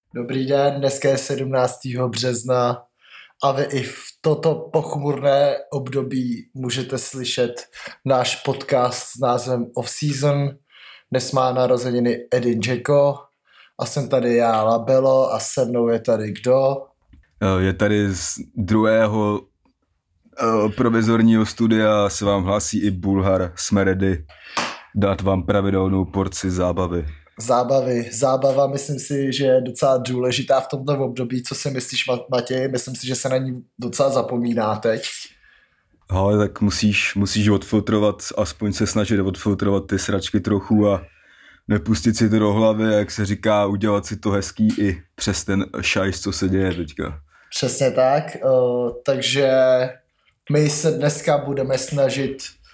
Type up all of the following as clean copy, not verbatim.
Dobrý den, dneska je 17. března a vy i v toto pochmurné období můžete slyšet náš podcast s názvem Off Season. Dnes má narozeniny Edin Dzeko a jsem tady já, Labelo, a se mnou je tady kdo? Je tady z druhého provizorního studia se vám hlásí i Bulhar. Jsme ready dát vám pravidelnou porci zábavy. Zábava, myslím si, že je docela důležitá v tomto období. Co si myslíš, Matěj? Myslím si, že se na ní docela zapomíná teď. Ale tak musíš odfiltrovat, aspoň se snažit odfiltrovat ty sračky trochu a nepustit si to do hlavy, jak se říká, udělat si to hezký i přes ten šajs, co se děje teďka. Přesně tak, takže my se dneska budeme snažit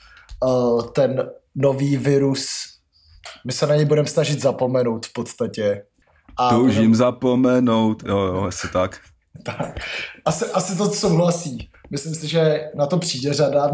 ten nový virus, my se na něj budeme snažit zapomenout v podstatě. Toužím zapomenout, jo, asi tak. Tak, asi to souhlasí. Myslím si, že na to přijde řada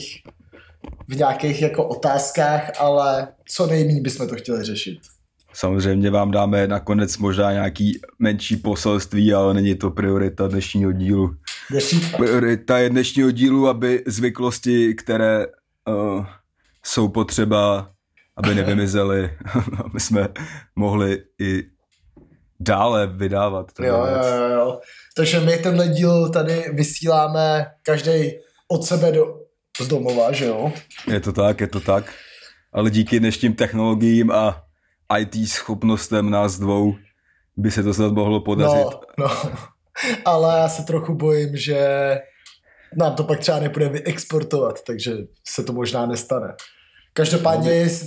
v nějakých jako otázkách, ale co nejméně bychom to chtěli řešit. Samozřejmě vám dáme nakonec možná nějaký menší poselství, ale není to priorita dnešního dílu. Priorita je dnešního dílu, aby zvyklosti, které jsou potřeba, aby nevymizely, aby jsme mohli i dále vydávat. Jo. Takže my tenhle díl tady vysíláme každý od sebe z domova, že jo? Je to tak. Ale díky dnešním technologiím a IT schopnostem nás dvou by se to snad mohlo podařit. No, ale já se trochu bojím, že nám to pak třeba nepůjde vyexportovat, takže se to možná nestane. Každopádně,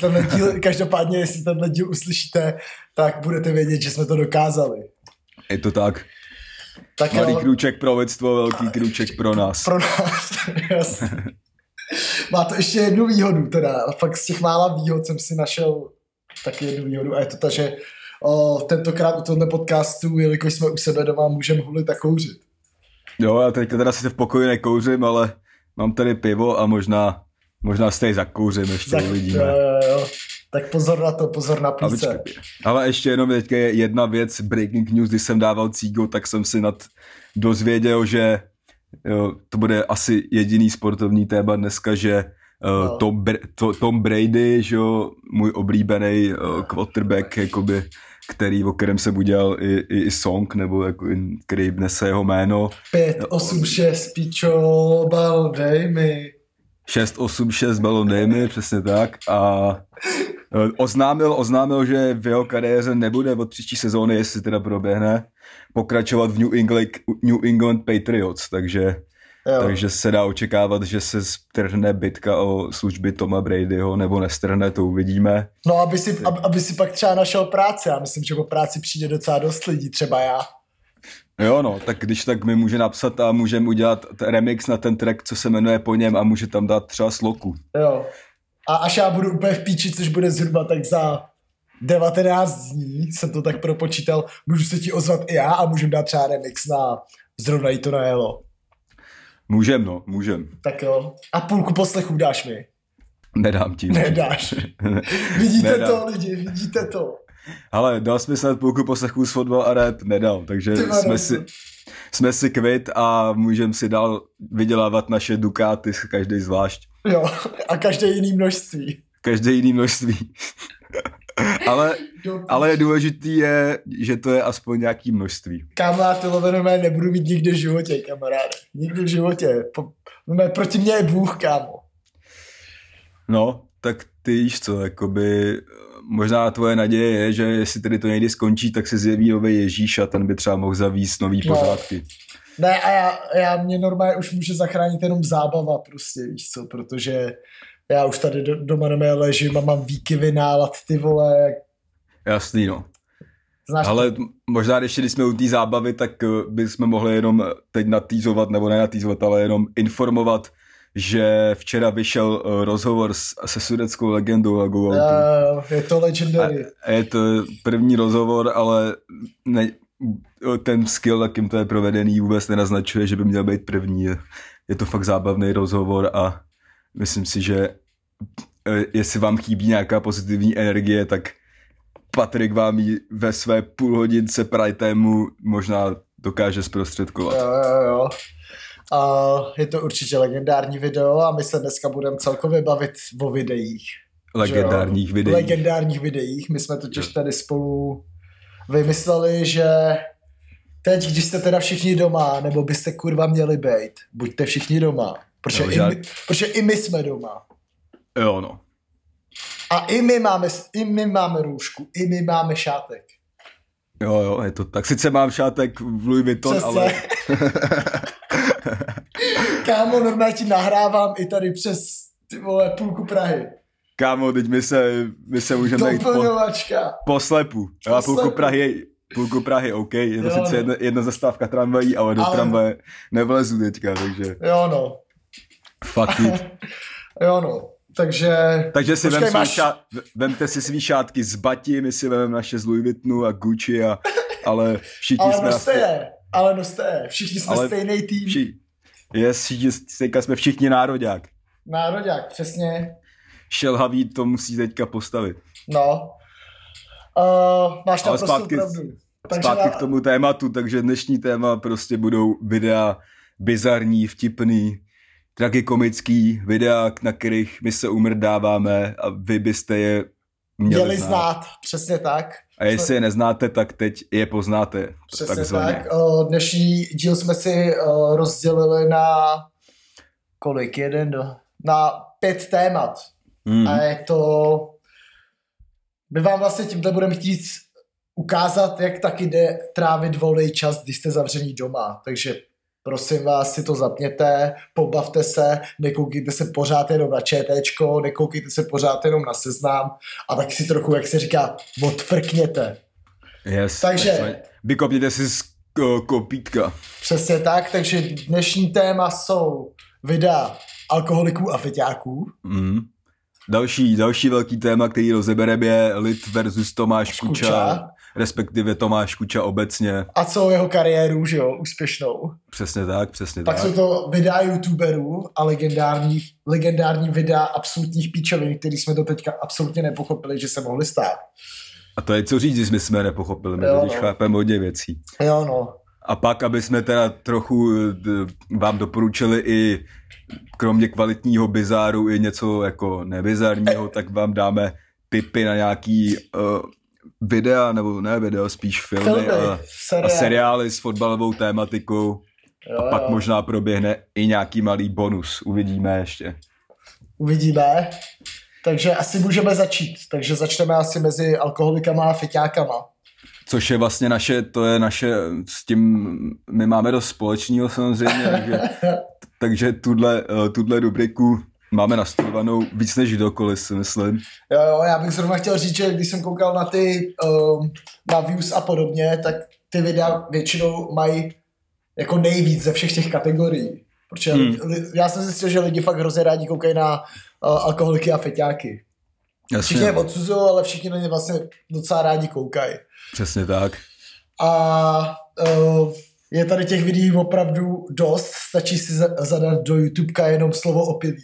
jestli tenhle díl uslyšíte, tak budete vědět, že jsme to dokázali. Je to tak. Malý krůček pro lidstvo, velký krůček pro nás. Pro nás, jasně. Má to ještě jednu výhodu, teda. Fakt z těch mála výhod jsem si našel taky jednu výhodu a je to ta, že tentokrát u tohoto podcastu, jelikož jsme u sebe doma, můžeme hulit a kouřit. Jo, já teď teda si v pokoji nekouřím, ale mám tady pivo a možná stej zakouřím, ještě uvidíme. Jo. Tak pozor na plíce. Ale ještě jenom teďka je jedna věc, breaking news, když jsem dával Cígo, tak jsem si dozvěděl, že to bude asi jediný sportovní téma dneska, že Tom Brady, že můj oblíbený quarterback, jakoby, o kterém se udělal i song, nebo jako, který nese jeho jméno. 5-8-6, pičo, balon dej mi. 6-8-6 balon dej mi, přesně tak. A oznámil, že v jeho kariéře nebude od příští sezóny, jestli teda proběhne, pokračovat v New England Patriots, takže se dá očekávat, že se strhne bitka o služby Toma Bradyho, nebo nestrhne, to uvidíme. No, aby si pak třeba našel práci, já myslím, že po práci přijde docela dost lidí, třeba já. Jo, no, tak když tak mi může napsat a můžeme udělat remix na ten track, co se jmenuje po něm a může tam dát třeba sloku. Jo. A až já budu úplně v píči, což bude zhruba tak za 19 dní, jsem to tak propočítal, můžu se ti ozvat i já a můžeme dát třeba remix na Zrovna jí to najelo. Můžem. Tak jo. A půlku poslechů dáš mi? Nedám ti. Nedáš. Vidíte to, lidi, vidíte to. Ale dal jsme snad půlku poslechů s fotbal a rap, nedal, takže jsme si kvit a můžeme si dál vydělávat naše dukáty, každý zvlášť. Jo, a každé jiný množství. ale je důležitý je, že to je aspoň nějaký množství. Kámo, já ty lovenomé nebudu mít nikdy v životě, kamaráde. Nikdy v životě. Proti mně je Bůh, kámo. No, tak ty víš co, jakoby možná tvoje naděje je, že jestli tedy to někdy skončí, tak se zjeví nový Ježíš a ten by třeba mohl zavíst nový pořádky. Ne, a já mě normálně už může zachránit jenom zábava prostě, víš co, protože já už tady doma ležím a mám výkyvy nálad, ty vole. Jasný, no. Znáš ale možná ještě, když jsme u té zábavy, tak bychom mohli jenom teď natýzovat, nebo nenatýzovat, ale jenom informovat, že včera vyšel rozhovor se sudetskou legendou Lagou Autu. Je to legendary. Je to první rozhovor, ale ten skill, jakým to je provedený, vůbec nenaznačuje, že by měl být první. Je to fakt zábavný rozhovor a myslím si, že jestli vám chybí nějaká pozitivní energie, tak Patrik vám ji ve své půlhodince prime timeu možná dokáže zprostředkovat. Jo. A je to určitě legendární video a my se dneska budeme celkově bavit o videích. Legendárních videích. My jsme totiž tady spolu vymysleli, že teď, když jste teda všichni doma, nebo byste kurva měli být, buďte všichni doma. Protože i my jsme doma. Jo, no. A i my máme růžku, i my máme šátek. Jo, je to tak. Sice mám šátek v Louis Vuitton, přesně. Ale... Kámo, normálně ti nahrávám i tady přes ty vole půlku Prahy. Kámo, teď my se můžeme jít po slepu. Jo, půlku Prahy, OK. Je to sice jedna zastávka tramvají, ale do tramvaje nevlezu teďka, takže... Jo, no. Fuck it. Jo, no. Takže si vemte si svý šátky z Bati, my si vememe naše z Louis Vuittonu a Gucci, ale všichni jsme... Ale noste, všichni jsme stejný tým. Teďka jsme všichni nároďák. Nároďák, přesně. Šelhavý to musí teďka postavit. No. Máš tam prostě pravdu. Zpátky k tomu tématu, takže dnešní téma prostě budou videa bizarní, vtipný, tragikomický, videa, na kterých my se umrdáváme a vy byste je měli znát. Přesně tak. A jestli je neznáte, tak teď je poznáte. Přesně tak. Dnešní díl jsme si rozdělili na kolik? Na 5 témat. A je to... My vám vlastně tímhle budeme chtít ukázat, jak taky jde trávit volný čas, když jste zavřený doma. Takže prosím vás, si to zapněte, pobavte se, nekoukejte se pořád jenom na ČTčko, nekoukejte se pořád jenom na Seznam a tak si trochu, jak se říká, odfrkněte. Yes, takže vykopněte si z kopítka. Přesně tak, takže dnešní téma jsou videa alkoholiků a feťáků. Další velký téma, který rozebereme, je Lid versus Tomáš Kuča, respektive Tomáš Kuča obecně. A celou jeho kariéru, že jo, úspěšnou. Přesně tak. Pak jsou to videa youtuberů a legendární videa absolutních píčovin, který jsme to teďka absolutně nepochopili, že se mohli stát. A to je co říct, že jsme nepochopili, my totiž chápeme hodně věcí. Jo, no. A pak, aby jsme teda trochu vám doporučili i kromě kvalitního bizáru i něco jako nebizarního, tak vám dáme tipy na nějaký videa, nebo ne videa, spíš filmy a seriály s fotbalovou tématikou. Jo, a pak možná proběhne i nějaký malý bonus. Uvidíme ještě. Uvidíme. Takže asi můžeme začít. Takže začneme asi mezi alkoholikama a feťákama. Což je vlastně naše, s tím my máme dost společného samozřejmě, takže tuhle rubriku máme nastudovanou víc než kdokoliv, si myslím. Jo, já bych zrovna chtěl říct, že když jsem koukal na ty na views a podobně, tak ty videa většinou mají jako nejvíc ze všech těch kategorií. Protože já jsem zjistil, že lidi fakt hrozně rádi koukají na alkoholiky a feťáky. Všichni je odsuzují, ale všichni na ně vlastně docela rádi koukají. Přesně tak. A je tady těch videí opravdu dost, stačí si zadat do YouTubeka jenom slovo opilý.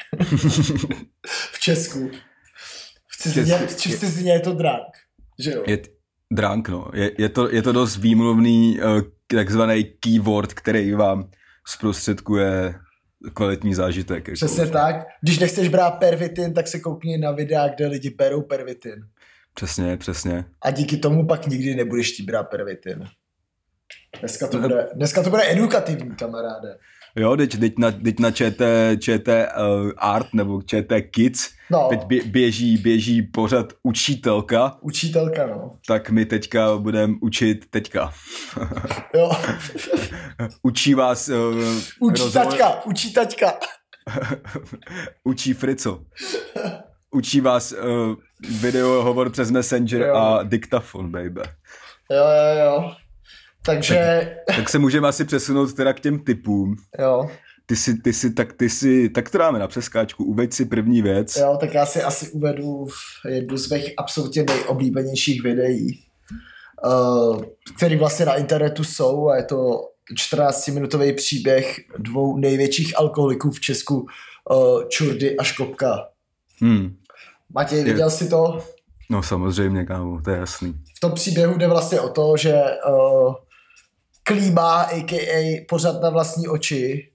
V Česku. V cizině je to drunk, že jo? Drunk, no. Je to dost výmluvný takzvaný keyword, který vám zprostředkuje kvalitní zážitek. Přesně jako. Tak. Když nechceš brát pervitin, tak se koukni na videa, kde lidi berou pervitin. Přesně. A díky tomu pak nikdy nebudeš chtít brát pervitin. Dneska to bude edukativní, kamaráde. Jo, teď na ČT Art nebo ČT Kids, teď běží pořad Učitelka. Učitelka, no. Tak my teďka budeme učit teďka. Jo. Učí vás... Učí taťka. Učí Frico. Učí vás video hovor přes Messenger a diktafon, baby. Jo. Takže... Tak se můžeme asi přesunout teda k těm tipům. Jo. Ty si, tak to dáme na přeskáčku, uveď si první věc. Jo, tak já si asi uvedu jednu z mých absolutně nejoblíbenějších videí, který vlastně na internetu jsou a je to 14-minutový příběh 2 největších alkoholiků v Česku, Čurdy a Škopka. Matěj, viděl jsi to? No samozřejmě, kámo, to je jasný. V tom příběhu jde vlastně o to, že Klíma, a.k.a. Pořad na vlastní oči,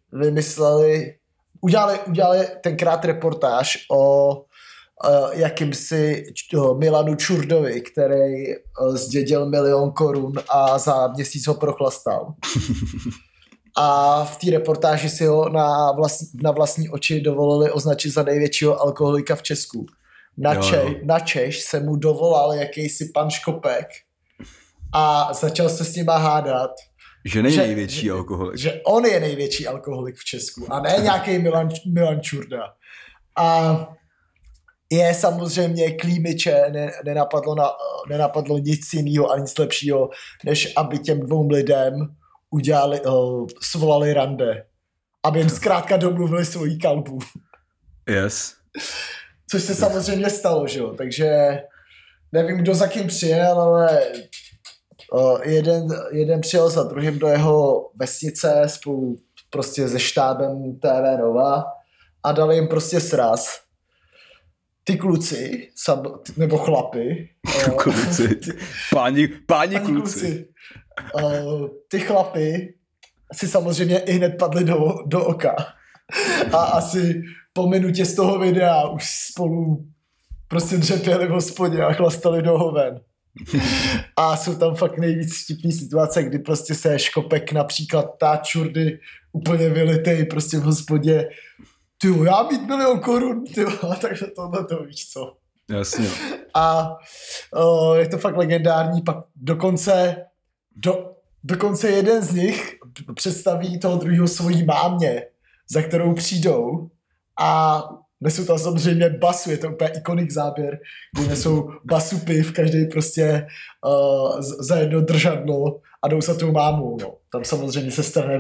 udělali tenkrát reportáž o jakýmsi Milanu Čurdovi, který zdědil 1 000 000 korun a za měsíc ho prochlastal. A v té reportáži si ho na vlastní oči dovolili označit za největšího alkoholika v Česku. Na Češ se mu dovolal jakýsi pan Škopek a začal se s nima hádat. Že není největší alkoholik. Že on je největší alkoholik v Česku a ne nějaký Milan Čurda. A je samozřejmě Klímiče nenapadlo nic jiného a nic lepšího, než aby těm 2 lidem svolali rande. Aby jim zkrátka domluvili svoji kalbu. Yes. Což se samozřejmě stalo, že jo. Takže nevím, kdo za kým přijel, ale jeden přijel za druhým do jeho vesnice spolu prostě se štábem TV Nova a dali jim prostě sraz. Ty kluci, nebo chlapi. Páni kluci. Ty chlapi si samozřejmě i hned padli do oka. A asi po minutě z toho videa už spolu prostě dřepěli v hospodě a chlastali do hoven. A jsou tam fakt nejvíc vtipný situace, kdy prostě se Škopek například tá Čurdy úplně vylitej prostě v hospodě. Tyjo, já mít 1 000 000 korun, tyjo, takže tohle to víš co. Jasně. A je to fakt legendární, pak dokonce jeden z nich představí toho druhého svojí mámě, za kterou přijdou a nesou tam samozřejmě basu, je to úplně ikonik záběr, kdy nesou basu piv, každý prostě za jedno držadlo a jdou za tou mámou. No. Tam samozřejmě se strane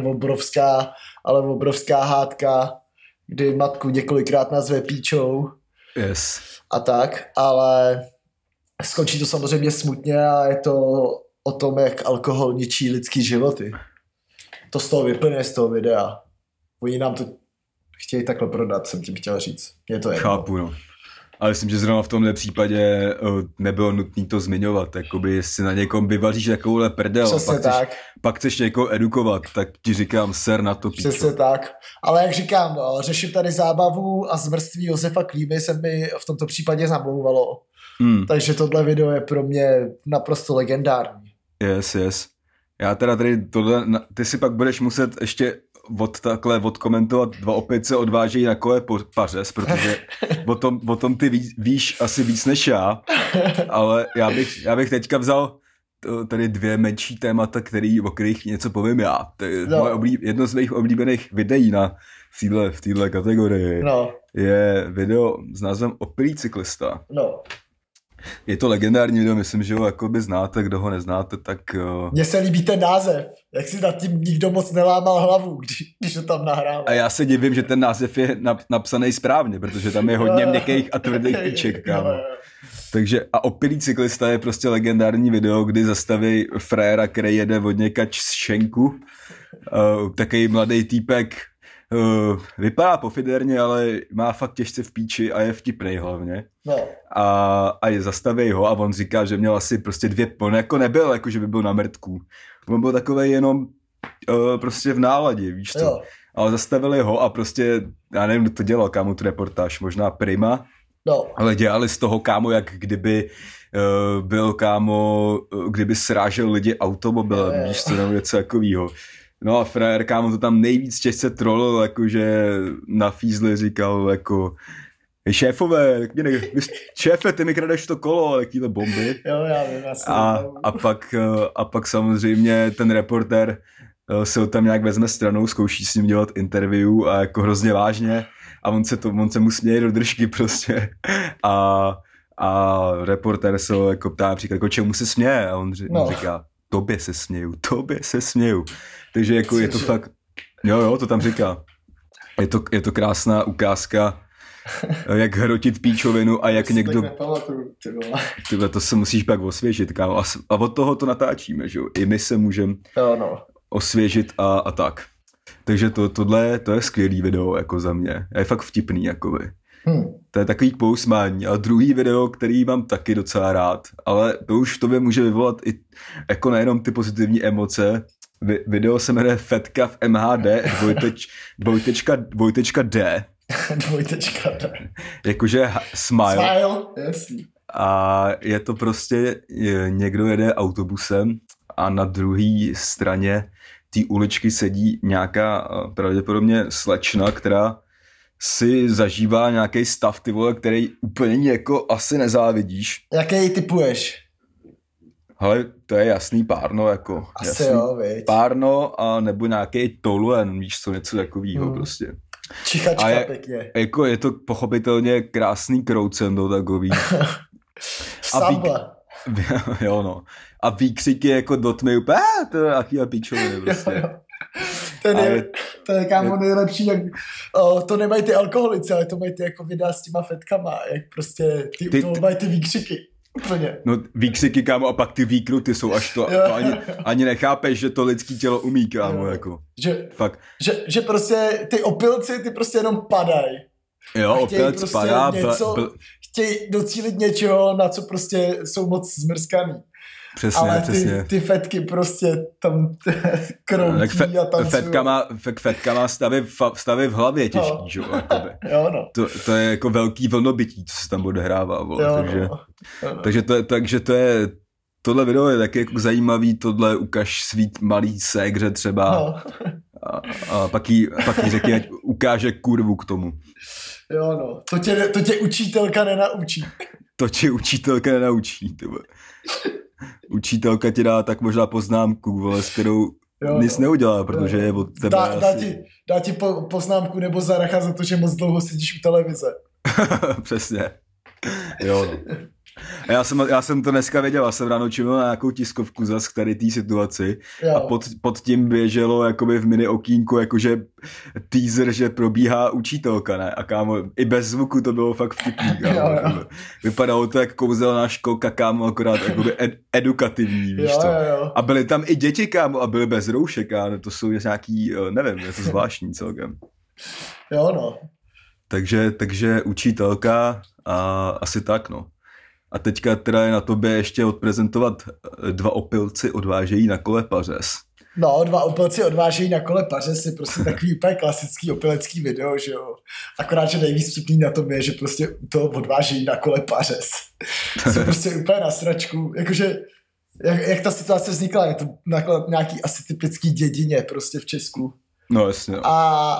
obrovská hádka, kdy matku několikrát nazve píčou. Yes. A tak, ale skončí to samozřejmě smutně a je to o tom, jak alkohol ničí lidský životy. To z toho vyplně z toho videa. Oni nám to chtějí takhle prodat, jsem tím chtěl říct. Je to jedno. Chápu, no. Ale myslím, že zrovna v tomhle případě nebylo nutné to zmiňovat. Jakoby, jestli na někom vyvaříš takovouhle prdel pak chceš někoho edukovat, tak ti říkám ser na to píčo. Přesně tak. Ale jak říkám, řeším tady zábavu a zmrství Josefa Klímy se mi v tomto případě zamlouvalo. Takže tohle video je pro mě naprosto legendární. Yes. Já teda tady tohle, ty si pak budeš muset ještě odkomentovat 2 opice odvážejí na kole po pařez, protože o tom ty víš asi víc než já, ale já bych teďka vzal tady 2 menší témata, o kterých něco povím já. To je jedno z mých oblíbených videí v téhle kategorii. Je video s názvem Opilý cyklista. Je to legendární video, myslím, že ho jakoby znáte, kdo ho neznáte, tak... Mně se líbí ten název, jak si nad tím nikdo moc nelámal hlavu, když ho tam nahrával. A já se divím, že ten název je napsaný správně, protože tam je hodně měkkých a tvrdých píček, kámo. Takže a Opilý cyklista je prostě legendární video, kdy zastaví fréra, který jede od někač z šenku. Takový mladý týpek, vypadá pofiderně, ale má fakt těžce v píči a je vtipnej hlavně. A je zastaví ho a on říká, že měl asi prostě 2, on jako nebyl, jako že by byl na mrtku. On byl takovej jenom prostě v náladě, víš co. Ale zastavili ho a prostě, já nevím, kdo to dělal, kámo, tu reportáž, možná Prima, ale dělali z toho, kámo, jak kdyby byl, kámo, kdyby srážel lidi automobilem, víš co, nebo něco takovýho. No a frajer, kámo, to tam nejvíc těžce trolil, jakože na fízli říkal, jako šéfové, šéfe, ty mi kradeš to kolo, takovýhle bomby. Jo, já vím, asi. A pak samozřejmě ten reportér se ho tam nějak vezme stranou, zkouší s ním dělat interview a jako hrozně vážně a on se mu směje do držky prostě a reportér se ho jako ptá například, jako čemu se směje a on říká, tobě se směju. Takže jako je to fakt, jo, to tam říká. Je to krásná ukázka, jak hrotit píčovinu a jak někdo... Tyhle, to se musíš pak osvěžit, kámo. A od toho to natáčíme, že jo. I my se můžeme osvěžit a tak. Takže tohle, to je skvělý video, jako za mě. Je fakt vtipný, jakoby. To je takový k pousmání. A druhý video, který mám taky docela rád, ale to už v tobě může vyvolat i jako nejenom ty pozitivní emoce. Video se jmenuje Fetka v MHD dvojtečka D. Dvojtečka D. Jakože smile. Smile, jasný. A je to prostě, někdo jede autobusem a na druhé straně té uličky sedí nějaká pravděpodobně slečna, která si zažívá nějaký stav, ty vole, který úplně jako asi nezávidíš. Jaký typuješ? Hele, to je jasný párno, jako. Asi jasný jo, viď. Párno a nebo nějaký toluen, víš co, něco takovýho prostě. Čichačka pěkně. Jako je to pochopitelně krásný kroucen takový. Samba. Jo no. A výkřiky jako do tmy úplně, to je aký píčoviny prostě. To je kámo nejlepší, jak to nemají ty alkoholici, ale to mají ty jako videa s těma fetkama, jak prostě to mají ty výkřiky. Úplně. No výkřiky, kámo, a pak ty výkruty jsou až to ani nechápeš, že to lidský tělo umí, kámo, jako. Fakt. Že prostě ty opilci, ty prostě jenom padají. Jo, opilc prostě padá. Chtějí docílit něčeho, na co prostě jsou moc zmrskaný. Přesně, ale přesně. Ty fetky prostě tam kroutí a tam fetkama stavy v hlavě těžký, že jo, jo, no. To je jako velký vlnobytí, co se tam odehrává, vole, jo, takže to je, tohle video je taky jako zajímavý, tohle ukaž svý malý ségře třeba no. a pak jí řekni, ať ukáže kurvu k tomu. Jo, no, to tě učitelka nenaučí. To tě učitelka nenaučí, tyhle. Učitelka ti dá tak možná poznámku, vole, s kterou nic neudělá, protože je od tebe dá ti poznámku nebo zaracha za to, že moc dlouho sedíš u televize. Přesně. Jo, no. Já jsem to dneska věděl, já jsem ráno čimil na nějakou tiskovku zas k tady té situaci a pod tím běželo jakoby v mini okýnku jakože teaser, že probíhá učitelka, ne? A kámo, i bez zvuku to bylo fakt vtipný, kámo. Jo. Vypadalo to jak kouzelná školka, kámo, akorát jakoby edukativní, víš co? Jo. A byly tam i děti, kámo, a byly bez roušek, kámo, to jsou nějaký, nevím, je to zvláštní celkem. Jo, no. Takže učitelka a asi tak, no. A teďka teda je na tobě ještě odprezentovat 2 opilci odvážejí na kole pařez. No, 2 opilci odvážejí na kole pařez je prostě takový úplně klasický opilecký video, že jo. Akorát, že nejvíc vtipný na tom je, že prostě to odvážejí na kole pařez. Jsou prostě úplně na sračku. Jakože, jak ta situace vznikla, je to na nějaký asi typický dědině prostě v Česku. No jasně. A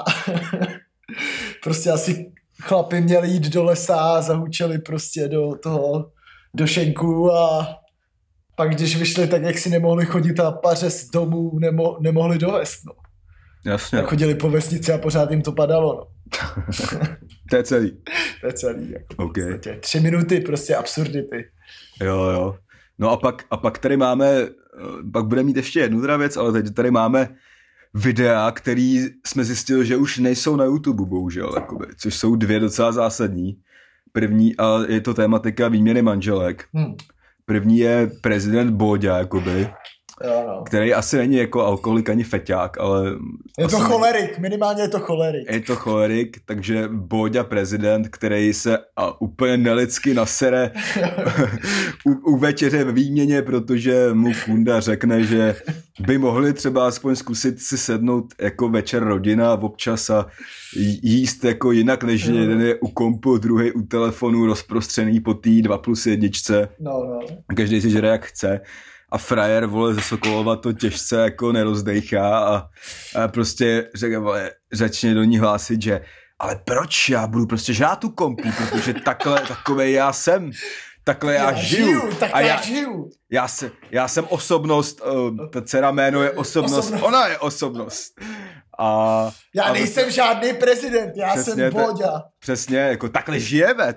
prostě asi chlapi měli jít do lesa a zahučeli prostě do šenku a pak když vyšli, tak jak si nemohli chodit a pařez domů nemohli dovést, no. Jasně. Tak chodili po vesnici a pořád jim to padalo, no. To je celý. To je celý, jako okay. 3 minuty prostě absurdity. Jo. No a pak tady máme, pak budeme mít ještě jednu teda věc, ale teď tady máme videa, který jsme zjistili, že už nejsou na YouTube, bohužel, jakoby, což jsou 2 docela zásadní. První, a je to tématika výměny manželek. První je prezident Bóďa, jakoby, který asi není jako alkoholik ani feťák, ale... Je to cholerik, minimálně je to cholerik. Je to cholerik, takže Bóďa prezident, který se úplně nelidsky nasere u večeře v výměně, protože mu Kunda řekne, že by mohli třeba aspoň zkusit si sednout jako večer rodina občas a jíst jako jinak, než jeden je u kompu, druhý u telefonu rozprostřený po té 2+1. No. Každý si žere jak chce. A frajer, vole, ze Sokolova to těžce jako nerozdejchá a prostě začne do ní hlásit, že ale proč já budu prostě žrát tu kompu, protože takovej já jsem. Takhle já žiju. Já jsem osobnost, ta dcera jméno je osobnost. Ona je osobnost. Já nejsem žádný prezident, já jsem Bóďa. Přesně, jako takhle žijeme.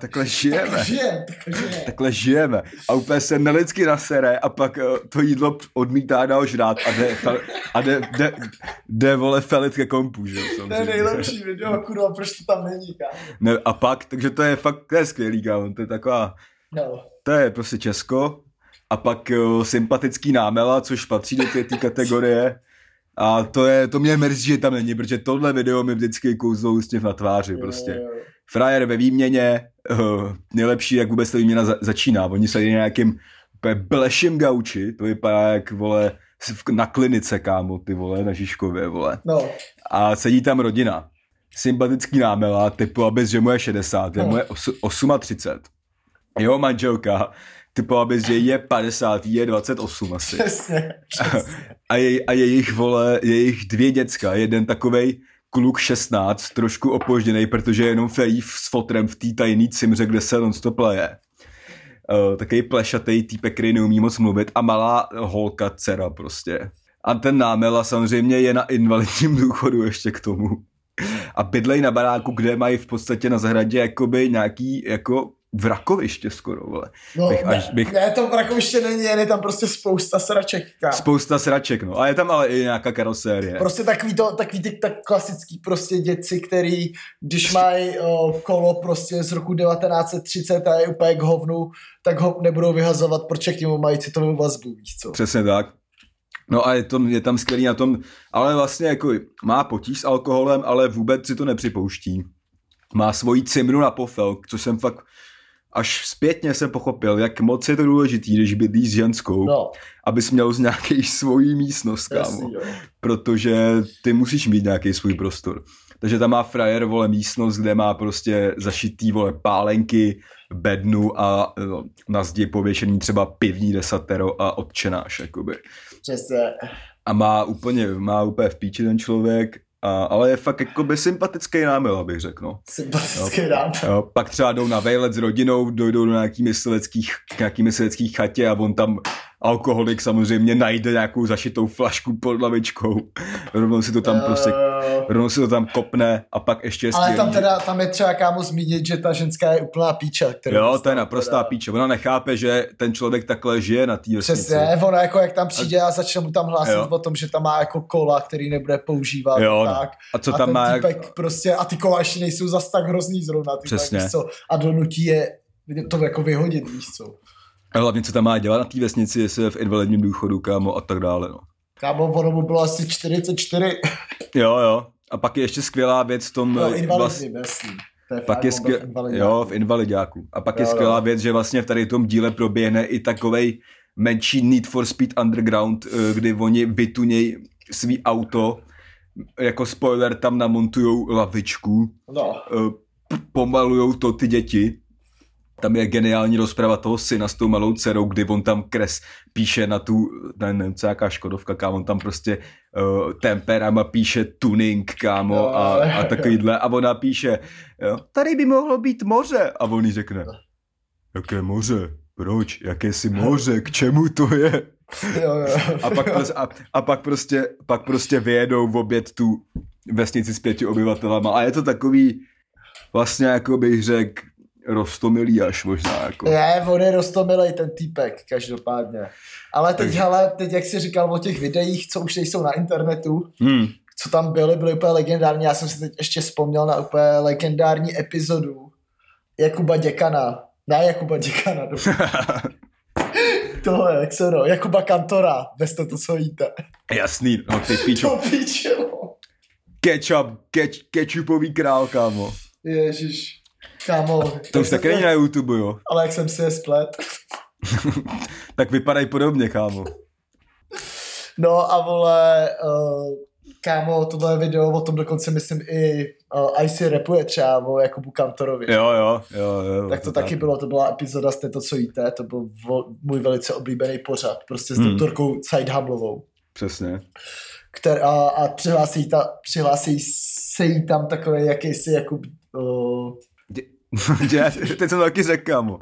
A úplně se nelidsky nasere a pak to jídlo odmítá dál žrát a jde vole felit ke kompu, že? To je nejlepší video, kurva, proč to tam není, kámo. Ne, a pak, takže to je fakt skvělý, kámo, to je taková... No. To je prostě Česko a pak sympatický námela, což patří do té kategorie A to mě mrzí, že tam není, protože tohle video mi vždycky kouzlou úsměv na tváři prostě. Frajer ve výměně, nejlepší, jak vůbec ta výměna začíná. Oni se nějakým bleším gauči, to vypadá jak, vole, na klinice, kámo, ty vole, na Žižkově, vole. No. A sedí tam rodina. Sympatický námela, typu abys, že mu je 60, je mu je 38. Jeho manželka, typu abys, že je 50, je 28 asi. Přesně. A jejich 2 děcka, jeden takovej kluk 16, trošku opožděnej, protože jenom fejí s fotrem v té tajný cimře, kde se non-stop leje. Takový plešatej týpek, který neumí moc mluvit a malá holka, dcera prostě. A ten námela samozřejmě je na invalidním důchodu ještě k tomu. A bydlej na baráku, kde mají v podstatě na zahradě jakoby nějaký jako vrakoviště skoro, vole. No, ne, to vrakoviště není, je tam prostě spousta sraček. Spousta sraček, no. A je tam ale i nějaká karosérie. Prostě takový ty tak klasický prostě děci, který, když mají kolo prostě z roku 1930 a je úplně k hovnu, tak ho nebudou vyhazovat, protože k němu mají citovou vazbu, víš co? Přesně tak. No a je tam skvělý na tom, ale vlastně jako má potíž s alkoholem, ale vůbec si to nepřipouští. Má svoji cimru na pofelk, což jsem fakt až zpětně jsem pochopil, jak moc je to důležitý, když bydlíš s ženskou, abys měl z nějaký svojí místnost, kámo. Protože ty musíš mít nějaký svůj prostor. Takže tam má frajer, vole, místnost, kde má prostě zašitý, vole, pálenky, bednu a na zdi pověšený třeba pivní desatero a otčenáš, jakoby. Přesně. A má úplně v píči ten člověk, ale je fakt jakoby sympatický námil, abych řekl, no. Sympatický námil. Pak třeba jdou na vejlet s rodinou, dojdou do nějaký myslivecký chatě a on tam alkoholik samozřejmě najde nějakou zašitou flašku pod lavičkou. Rovnou si to tam kopne a pak ještě je skvělý. Ale tam je třeba, kámo, zmínit, že ta ženská je úplná píča. Jo, to je naprostá píča. Ona nechápe, že ten člověk takhle žije na té vesnici. Přesně, ona jako jak tam přijde a začne mu tam hlásit o tom, že tam má jako kola, který nebude používat. Jo, tak. A co tam má? Prostě, a ty kola ještě nejsou zas tak hrozný zrovna. Přesně. Tak, víš co, a donutí je to jako vyhodit, víš co. A hlavně, co tam má dělat na té vesnici, jestli je v invalidním důchodu, kámo, a tak dále, no. Kámo, ono mu bylo asi 44. Jo. A pak je ještě skvělá věc v tom... No, invalidní, myslím. Pak je v invalidáku. A pak je skvělá věc, že vlastně v tady tom díle proběhne i takovej menší Need for Speed Underground, kdy oni vytuněj svý auto, jako spoiler tam namontujou lavičku, pomalujou to ty děti. Tam je geniální rozprava toho syna s tou malou dcerou, kdy on tam píše na tu, nevím, co jaká Škodovka, kámo, on tam prostě temperama píše tuning, kámo, a takovýhle, a ona píše, jo, tady by mohlo být moře, a on jí řekne, jaké moře, proč, jaké si moře, k čemu to je? A pak prostě vyjedou v oběd tu vesnici s 5 obyvatelama a je to takový, vlastně jako bych řekl, roztomilý až možná. Jako. On je roztomilej ten týpek, každopádně. Ale teď jak jsi říkal o těch videích, co už nejsou na internetu, co tam byly úplně legendární. Já jsem si teď ještě vzpomněl na úplně legendární epizodu Jakuba Děkana. Ne Jakuba Děkana. Tohle, jak se no, Jakuba Kantora, bez toho, co jíte. Jasný, no ty píčo. To píčelo. Ketchupový král, kámo. Ježiš. Kámo. To už taky není na YouTube, jo. Ale jak jsem si je splet. Tak vypadají podobně, kámo. No a vole, kámo, tohle video, o tom dokonce myslím i IC rapuje třeba o Jakubu Kantorovi. Jo. Tak to taky bylo, to byla epizoda z této, co jíte, to byl můj velice oblíbený pořad, prostě s doktorkou Saidhamlovou. Přesně. A přihlásí se jí tam takový jakýsi Jakub... Teď jsem to taky řekl, kámo.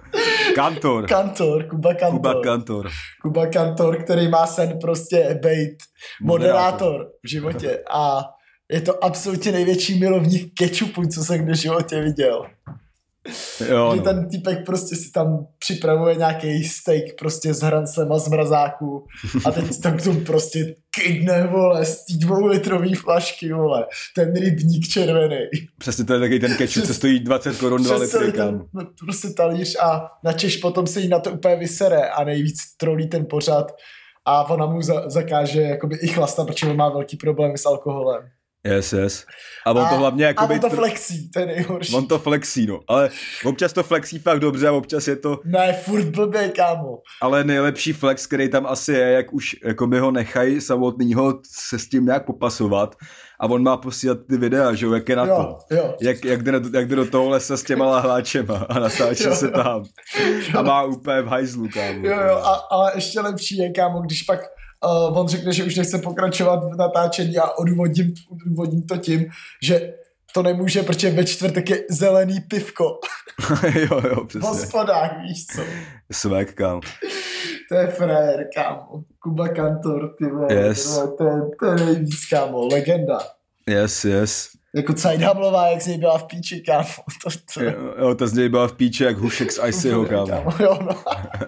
Kuba Kantor, který má sen prostě být moderátor v životě a je to absolutně největší milovník kečupu, co jsem kdy v životě viděl. Jo, že ten týpek prostě si tam připravuje nějaký steak prostě s hrancema z mrazáku a teď tam k tomu prostě kydne, vole, z té 2litrový flašky, vole, ten rybník červený. Přesně to je taky ten kečup, co stojí 20 korun 2 litry, kam. Prostě talíř a načež potom se jí na to úplně vysere a nejvíc trolí ten pořad a ona mu zakáže jakoby i chlastat, protože on má velký problémy s alkoholem. Yes. A on to hlavně jakoby... A on to flexí, to je nejhorší. On to flexí, no. Ale občas to flexí fakt dobře a občas je to... Ne, furt blbě, kámo. Ale nejlepší flex, který tam asi je, jak už jako by ho nechají samotnýho se s tím nějak popasovat a on má posílat ty videa, že jo, jak je na to. Jo. Jak jde do toho lesa s těma lahláčema a natáče se tam. A má úplně v hajzlu, kámo. Jo, ale ještě lepší je, kámo, když pak on řekne, že už nechce pokračovat v natáčení a odůvodním to tím, že to nemůže, protože ve čtvrtek je zelený pivko. jo, přesně. V hospodách, víš co. Swag, kámo. To je frajer, kámo. Kuba Kantor, ty vole. Yes. To je nejvíc, kámo. Legenda. Yes. Jako Cajdhamlová, jak z něj byla v píči, kámo. Jo, ta z něj byla v píči, jak Hušek z Icyho, kámo. Jo, no.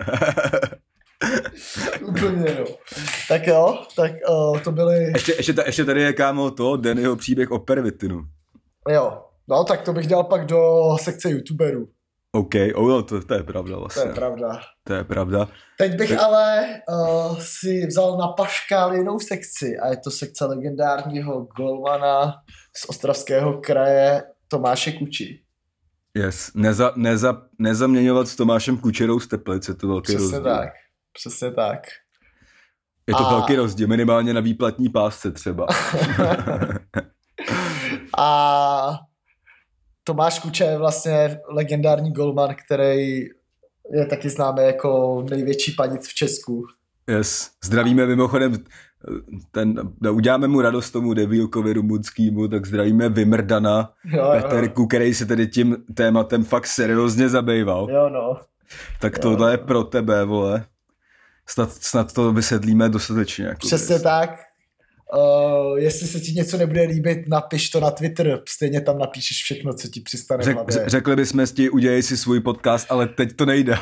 Úplně, no. Tak jo, to byly... Ještě tady je, kámo, Dannyho příběh o pervitinu. Jo, no tak to bych dal pak do sekce youtuberů. OK, to je pravda vlastně. To je pravda. Teď bych ale si vzal na paškál jinou sekci a je to sekce legendárního golmana z Ostravského kraje Tomáše Kuči. Yes, nezaměňovat s Tomášem Kučerou z Teplic, je to velký rozdíl. Přesně tak. Je to velký rozdíl, minimálně na výplatní pásce třeba. A Tomáš Kuča je vlastně legendární golman, který je taky známý jako největší panic v Česku. Yes. Zdravíme mimochodem, uděláme mu radost tomu Devílkovi rumunskýmu, tak zdravíme Vymrdana Peterku, který se tedy tím tématem fakt seriózně zabýval. Jo, no. Tak tohle je pro tebe, vole. Snad to vysvětlíme dostatečně. Jako přesně tak. Jestli se ti něco nebude líbit, napiš to na Twitter, stejně tam napíšeš všechno, co ti přistane v hlavě. Řekli bychom ti, udělej si svůj podcast, ale teď to nejde.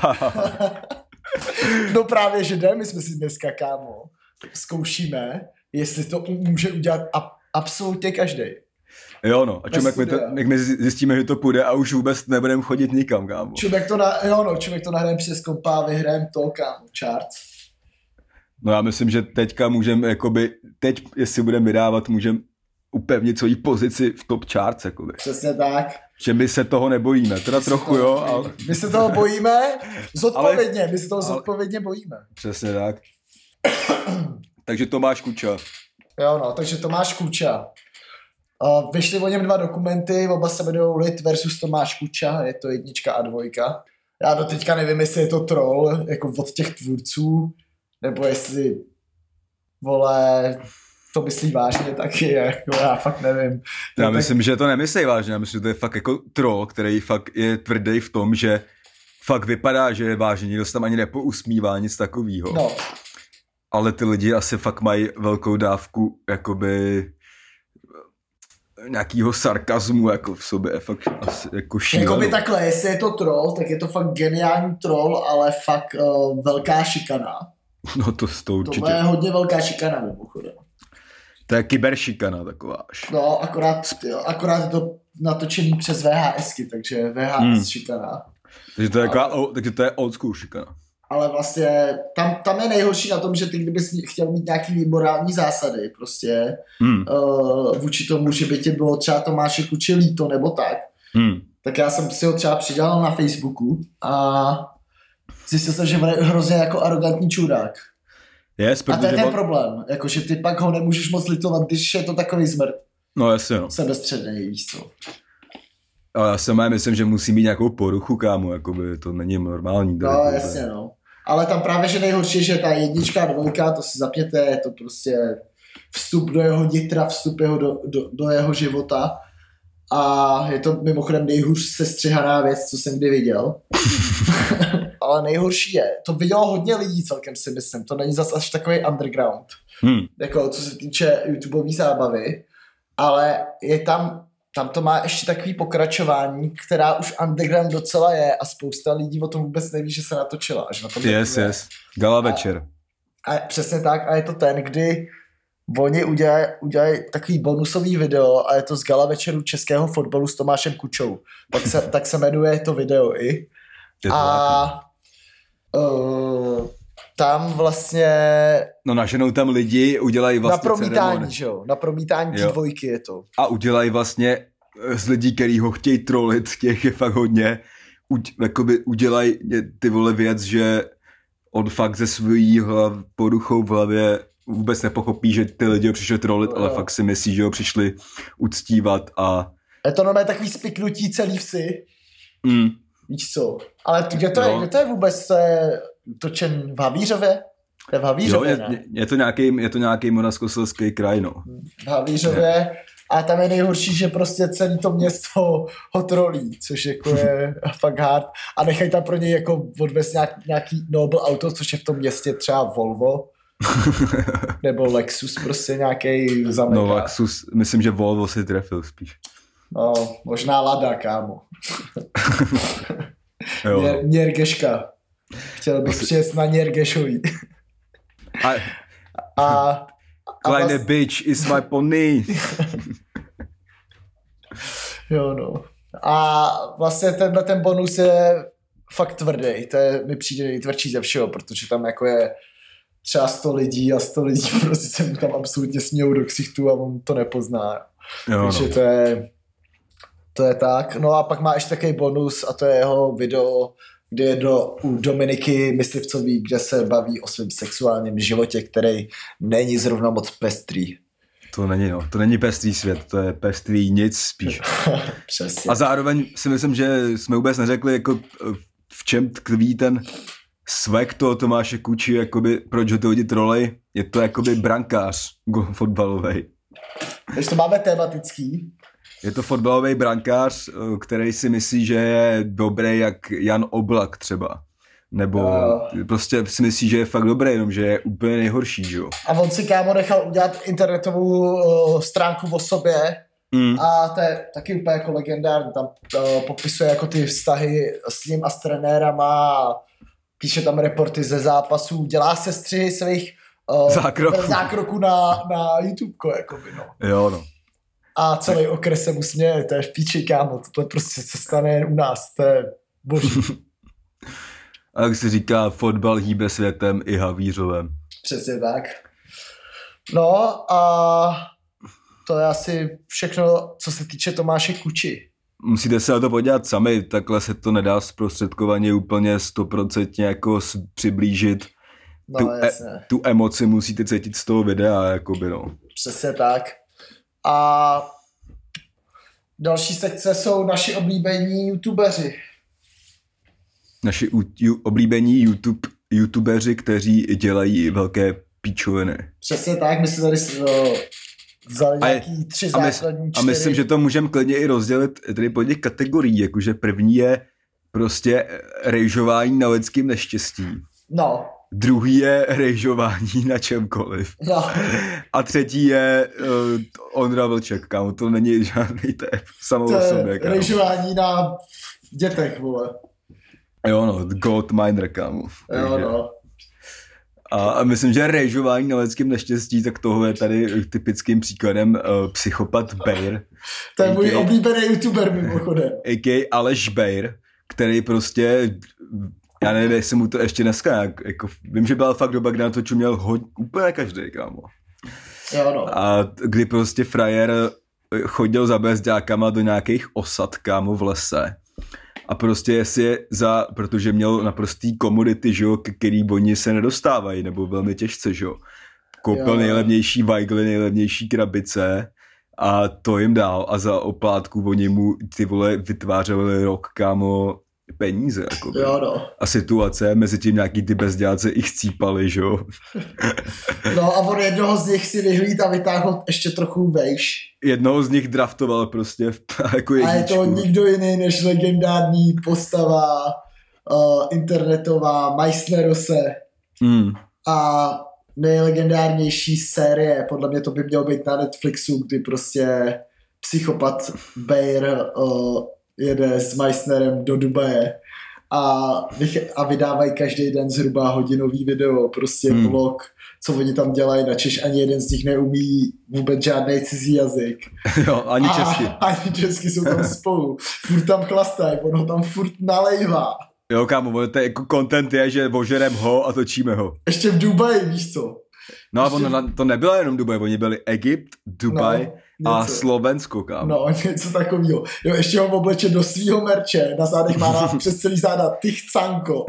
No právě, že jde, my jsme si dneska, kámo, zkoušíme, jestli to může udělat absolutně každý. Jo no, a jak my zjistíme, že to půjde a už vůbec nebudeme chodit nikam, kámo. Člověk to nahrajem přes kompa, vyhrajem to, kámo, charts. No já myslím, že teďka můžeme, teď, jestli budeme vydávat, můžeme upevnit svoji pozici v top charts, jakoby. Přesně tak. Že my se toho nebojíme, teda trochu, jo. Ale... My se toho bojíme zodpovědně, my se toho zodpovědně bojíme. Přesně tak. Takže Tomáš Kuča. Jo no, takže Tomáš Kuča. Vyšly o něm 2 dokumenty, oba se jmenují Lid versus Tomáš Kuča, je to 1 a 2. Já do teďka nevím, jestli je to troll, jako od těch tvůrců, nebo jestli, vole, to myslí vážně taky, jako já fakt nevím. Já myslím, že to nemyslí vážně, já myslím, že to je fakt jako troll, který fakt je tvrdý v tom, že fakt vypadá, že je vážně, nikdo se tam ani nepousmívá, nic takového. No. Ale ty lidi asi fakt mají velkou dávku, jakoby nějakýho sarkazmu jako v sobě, fakt asi jako šílenou. Jakoby takhle, jestli je to troll, tak je to fakt geniální troll, ale fakt velká šikana. No to určitě. To je hodně velká šikana mimochodem. To je kyberšikana taková až. No, akorát to natočený přes VHSky, takže VHS šikana. Takže to je old school šikana. Ale vlastně tam je nejhorší na tom, že ty kdybys chtěl mít nějaký morální zásady prostě vůči tomu, že by tě bylo třeba Tomáše Kuči líto nebo tak já jsem si ho třeba přidal na Facebooku a zjistil jsem, že je hrozně jako arrogantní čurák. Yes, a to je ten problém, jakože ty pak ho nemůžeš moc litovat, když je to takový zmrt. No jasně no. Sebestřednej, víš co. Ale já sama myslím, že musí mít nějakou poruchu, kámo, jakoby to není normální. No jasně no. Ale tam právě, že nejhorší, že ta 1 a 2, to si zapněte, je to prostě vstup do jeho nitra, vstup do jeho života a je to mimochodem nejhůř sestřihaná věc, co jsem kdy viděl. Ale nejhorší je, to vidělo hodně lidí celkem si myslím, to není zase až takový underground, jako co se týče YouTubeový zábavy, ale je tam to má ještě takový pokračování, která už underground docela je a spousta lidí o tom vůbec neví, že se natočila. Až na tom yes. Gala večer. A přesně tak a je to ten, kdy oni udělají takový bonusový video a je to z gala večeru českého fotbalu s Tomášem Kučou. Tak se jmenuje to video i. A tam vlastně... No naženou tam lidi, udělají vlastně na promítání, že jo? Na promítání té dvojky je to. A udělají vlastně z lidí, který ho chtějí trolit, těch je fakt hodně, udělají ty vole věc, že on fakt ze svojí poruchou v hlavě vůbec nepochopí, že ty lidi ho přišli trolit, ale fakt si myslí, že ho přišli uctívat a... Je to normálně takový spiknutí celý vsi. Víš co? Ale kde to je vůbec? To je točen v Havířově? To je v Havířově, jo, je to nějaký Moravskoslezský kraj, no. V Havířově. A tam je nejhorší, že prostě celé to město ho trolí, což jako je fakt hard. A nechají tam pro něj jako odvést nějaký Noble auto, což je v tom městě třeba Volvo. Nebo Lexus, prostě nějaký zameká. No Lexus, myslím, že Volvo si trefil spíš. No, možná Lada, kámo. Něrgeška. Chtěl bych přijet na Něrgešovi. Kleine bitch is my pony. Jo, no. A vlastně ten bonus je fakt tvrdý. To mi přijde nejtvrdší ze všeho, protože tam jako je třeba 100 lidí a 100 lidí prostě se mu tam absolutně smějou do ksichtu a on to nepozná. Jo, takže to je tak. No a pak má ještě takový bonus a to je jeho video, kde je u Dominiky Myslivcový, kde se baví o svém sexuálním životě, který není zrovna moc pestrý. To není pestrý svět, to je pestrý nic spíš. Přesně. A zároveň si myslím, že jsme vůbec neřekli, jako v čem tkví ten svek toho Tomáše Kuči, jakoby, proč ho ty lidi trolej, je to jakoby brankář fotbalovej. Takže to máme tematický. Je to fotbalový brankář, který si myslí, že je dobrý jak Jan Oblak třeba. Nebo prostě si myslí, že je fakt dobrý, jenom že je úplně nejhorší, že jo. A on si, kámo, nechal udělat internetovou stránku o sobě a to je taky úplně jako legendární. Tam popisuje jako ty vztahy s ním a s trenérama, píše tam reporty ze zápasů, dělá sestřihy svých zákroků na YouTubeko, jakoby, no. Jo, no. A celý okres se mu směje, to je v píči, kámo, tohle prostě se stane u nás, to je boží. A jak se říká, fotbal hýbe světem i Havířovem. Přesně tak. No a to je asi všechno, co se týče Tomáše Kuči. Musíte se na to podívat sami, takhle se to nedá zprostředkovaně úplně 100% jako přiblížit. No, tu emoci musíte cítit z toho videa, jakoby, no. Přesně tak. A další sekce jsou naši oblíbení youtubeři. Naši oblíbení youtubeři, kteří dělají velké píčoviny. Přesně tak, my jsme tady vzali nějaký 3 základní 4. A myslím, že to můžeme klidně i rozdělit tady po těch kategorií, jakože první je prostě rejžování na lidským neštěstí. No. Druhý je rejžování na čemkoliv. No. A třetí je Ondra Vlček, kámo, to není žádný tép samo o sobě, kámo. Rejžování na dětech, vole. Jo no, Goldminer, kámo. Jo no. A myslím, že rejžování na lidském neštěstí, tak toho je tady typickým příkladem psychopat Bejr. To je můj oblíbený youtuber mimochodem. A.k.a. Aleš Bejr, který prostě, já nevím, jestli mu to ještě dneska, jako, vím, že byla fakt doba, kdy na to čuměl úplně každý, kámo. Jo no. A kdy prostě frajer chodil za bezďákama do nějakých osad, kámo, v lese. A prostě protože měl naprostý komodity, že jo, který oni se nedostávají, nebo velmi těžce, že jo. Koupil nejlevnější vajgly, nejlevnější krabice a to jim dal a za oplátku oni mu ty vole vytvářeli rok, kámo, peníze, jako. Jo, no. A situace, mezi tím nějaký ty bezdělci ich chcípali, že jo. No a on jednoho z nich si vyhlíd a vytáhl ještě trochu vejš. Jednoho z nich draftoval prostě jako jedničku. A je to nikdo jiný než legendární postava internetová Meissnerose. A nejlegendárnější série, podle mě to by mělo být na Netflixu, kdy prostě psychopat Bejr jede s Meissnerem do Dubaje a vydávají každý den zhruba hodinový video, prostě vlog, co oni tam dělají, načež ani jeden z nich neumí vůbec žádný cizí jazyk. Jo, ani česky. Ani česky jsou tam spolu. Furt tam chlastají, on ho tam furt nalejvá. Jo, kámo, to je jako content je, že ožerem ho a točíme ho. Ještě v Dubaji, víš co? No a to nebylo jenom Dubaj, oni byli Egypt, Dubaj a Slovensko, kámo. No, něco takového. Jo, ještě ho oblečet do svýho merče, na zádech má přes celý záda Tichcanko.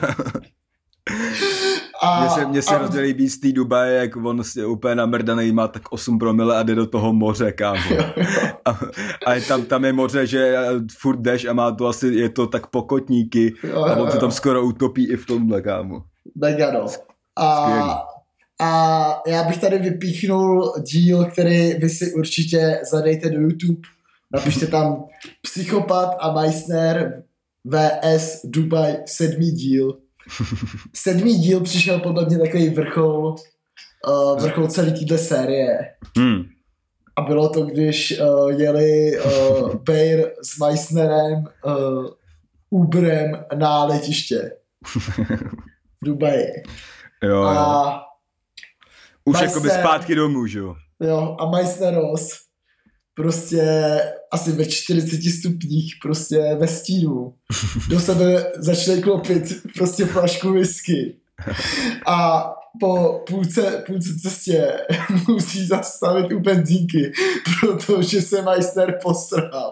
Mně se hrozně líbí z té Dubaje, jak on je úplně namrdaný, má tak 8 promile a jde do toho moře, kámo. A tam je moře, že furt jdeš a má to asi, je to tak pokotníky a on se tam skoro utopí i v tomhle, kámo. Mega no. A já bych tady vypíchnul díl, který vy si určitě zadejte do YouTube. Napište tam Psychopat a Meissner vs. Dubaj 7. díl. 7. díl přišel podle mě takový vrchol celé téhle série. A bylo to, když jeli Bayer s Meissnerem Uberem na letiště v Dubaji. Jo. Už jakoby zpátky domů, že jo? Jo, a Meissneros prostě asi ve 40 stupních prostě ve stínu do sebe začne klopit prostě flašku whisky a po půlce cestě musí zastavit u benzínky, protože se Meissner posral.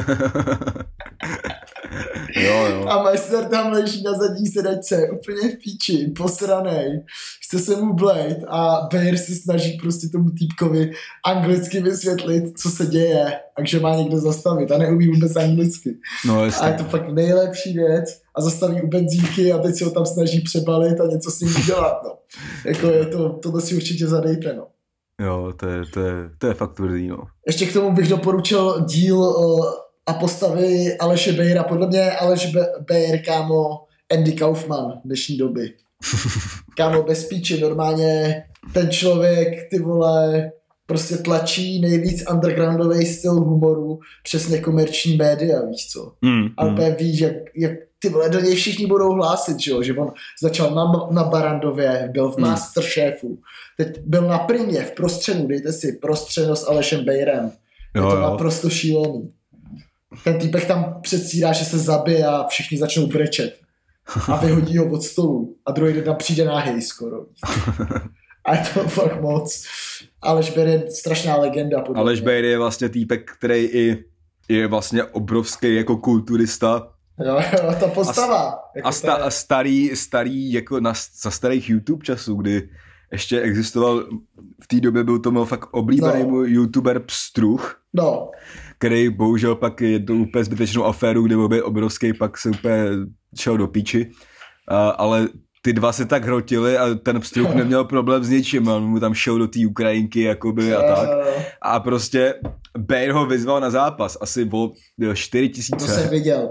Jo. A Meissner tam leží na zadní sedačce, úplně v píči, posranej, chce se mu blejt a Bayer se snaží prostě tomu týpkovi anglicky vysvětlit, co se děje, takže má někde zastavit a neumí vůbec anglicky. No, a je to fakt nejlepší věc a zastaví u benzínky a teď si ho tam snaží přebalit a něco s ním udělat, no. Jako je tohle si určitě zadejte, no. Jo, to je fakt tvrdý, no. Ještě k tomu bych doporučil díl a postavy Aleše Bayera. Podle mě Aleš Bayer, kámo, Andy Kaufman dnešní doby. Kámo, bez píči, normálně ten člověk, ty vole, prostě tlačí nejvíc undergroundový styl humoru přes nekomerční média, víš co? A úplně víš, jak ty vole, do něj všichni budou hlásit, že on začal na Barandově, byl v Masterchefu, teď byl na Primě v Prostřenu, dejte si Prostřeno s Alešem Bayerem. Je to naprosto šílený. Ten týpek tam předstírá, že se zabije a všichni začnou brečet. A vyhodí ho od stolu. A druhý den tam přijde náhej skoro. A je to fakt moc. Aleš Bayer je strašná legenda. Aleš Bayer je vlastně týpek, který i je vlastně obrovský jako kulturista. Jo, ta postava. A starý jako za starých YouTube časů, kdy ještě existoval, v té době byl to měl fakt oblíbený můj YouTuber Pstruh. No. Který bohužel pak jednou úplně zbytečnou aféru, kde byl obrovský, pak se úplně šel do píči. Ale ty dva se tak hrotili a ten Pstruh neměl problém s ničím. On mu tam šel do té Ukrajinky jakoby a tak. A prostě Bayer ho vyzval na zápas. Asi bylo 4 000. To jsem viděl.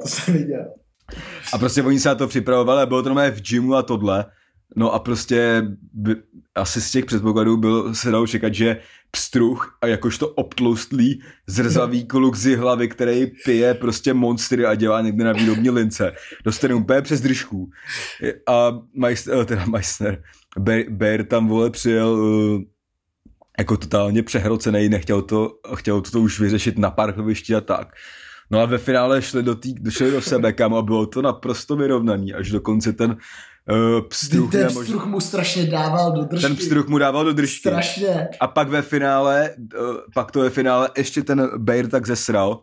A prostě oni se na to připravovali a bylo to normálně v gymu a tohle. No a prostě asi z těch předpokladů se dalo čekat, že Pstruh a jakožto obtloustlý zrzavý kluk z hlavy, který pije prostě monstry a dělá někde na výrobní lince, dostane úplně přes držku. A Meissner, Bayer tam vole přijel jako totálně přehrocený, chtěl to už vyřešit na parkovišti a tak. No a ve finále šli do sebe, kam a bylo to naprosto vyrovnaný, až dokonce ten Pstruh mu strašně dával do držky. Ten Pstruh mu dával do držky. Strašně. A pak ve finále ještě ten Bayer tak zesral,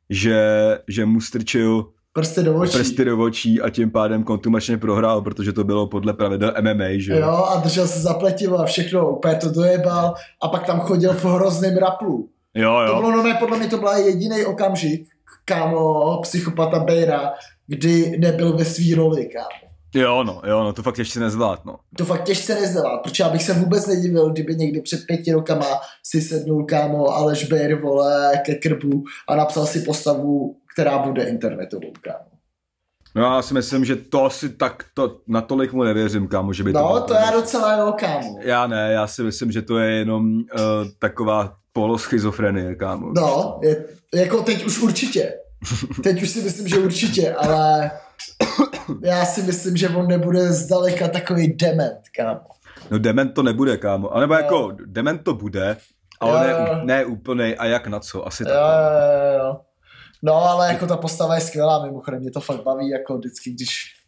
že mu strčil prsty do očí a tím pádem kontumačně prohrál, protože to bylo podle pravidel MMA, že jo? A držel se za pletivo a všechno, úplně to dojebal a pak tam chodil v hrozném raplu. Jo. To bylo podle mě to byla jediný okamžik, kámo, Psychopata Bayera, kdy nebyl ve svý roli, kámo. Jo, to fakt těžce nezvlád, no. To fakt těžce nezvlád, protože já bych se vůbec nedivil, kdyby někdy před 5 rokama si sednul, kámo, Aleš Bayer, vole, ke krbu a napsal si postavu, která bude internetovou, kámo. No já si myslím, že to asi natolik mu nevěřím, kámo, že by to... No, to já docela jo, kámo. Já si myslím, že to je jenom taková poloschizofrenie, kámo. No, jako teď už určitě. Teď už si myslím, že určitě, ale já si myslím, že on nebude zdaleka takový dement, kámo. No dement to nebude, kámo. A nebo jako dement to bude, ale ne úplnej a jak na co, asi tak. Jo. No, ale jako ta postava je skvělá, mimochodem, mě to fakt baví, jako vždycky, když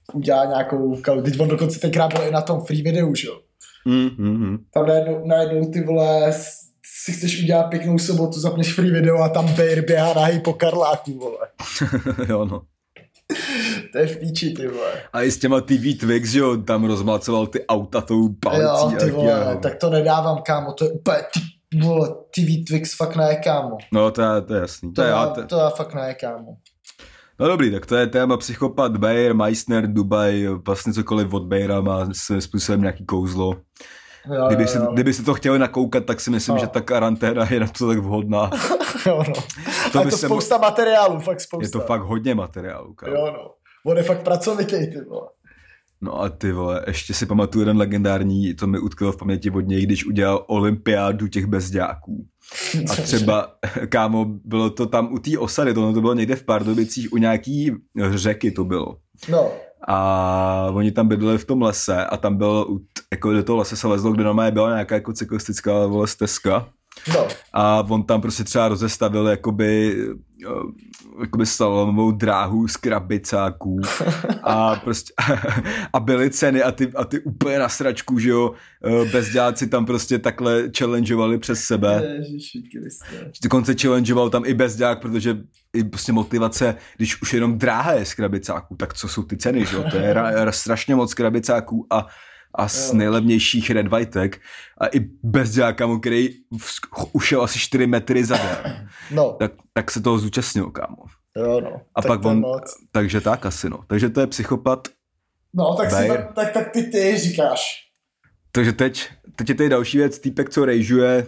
udělá nějakou, teď on dokonce tenkrát byl i na tom free videu, že jo. Tam najednou ty vole, si chceš udělat pěknou sobotu, zapneš free video a tam Bale běhá nahej po Karláku, vole. Jo, no. To je v píči, ty vole. A i s těma TV Twix, že jo, tam rozmlacoval ty auta tou palicí. Jo, ty vole, tak to nedávám, kámo, to je úplně, ty vole, TV Twix fakt ne, kámo. No, to je jasný. To já fakt ne, kámo. No dobrý, tak to je téma Psychopat, Bayer, Meissner, Dubaj, vlastně cokoliv od Bayera má svým způsobem nějaký kouzlo. Jo, kdyby se to chtěli nakoukat, tak si myslím, že ta karanténa je na to tak vhodná. Jo, no. To je to spousta materiálu, fakt spousta. Je to fakt hodně materiálu, kámo. Jo, no. On je fakt pracovitý, ty vole. No a ty vole, ještě si pamatuju jeden legendární, to mi utkvělo v paměti od něj, když udělal olympiádu těch bezďáků. A třeba, kámo, bylo to tam u té osady, to bylo někde v Pardubicích, u nějaký řeky to bylo. No. A oni tam bydleli v tom lese a tam byl, jako do toho lese se lezlo, kde normálně byla nějaká jako cyklistická stezka. No. A on tam prostě třeba rozestavil jakoby slalomovou dráhu z krabicáků a prostě a byly ceny a ty úplně na sračku, že jo, bezděláci tam prostě takhle challengeovali přes sebe. Ježiši Kriste. Dokonce challengeoval tam i bezdělák, protože i prostě motivace, když už jenom dráha je z krabicáků, tak co jsou ty ceny, že jo, to je strašně moc krabicáků a z nejlevnějších red whitek a i bezděláka, který ušel asi 4 metry za den. No. Tak se toho zúčastnil, kámo. Jo, no. A tak on, takže tak asi, no. Takže to je Psychopat. No, tak ty říkáš. Takže teď je tady další věc, týpek, co rejžuje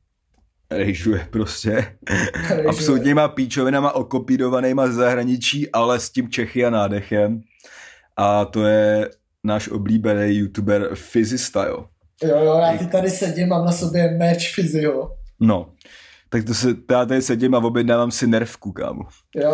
prostě. Absolutníma píčovinama okopírovanýma z zahraničí, ale s tím Čechy a nádechem. A to je náš oblíbený youtuber Fizzy Style. Jo, já ty tady sedím, mám na sobě merch Fizzyho. No, tak já tady sedím a objednávám si nervku, kámo. Jo.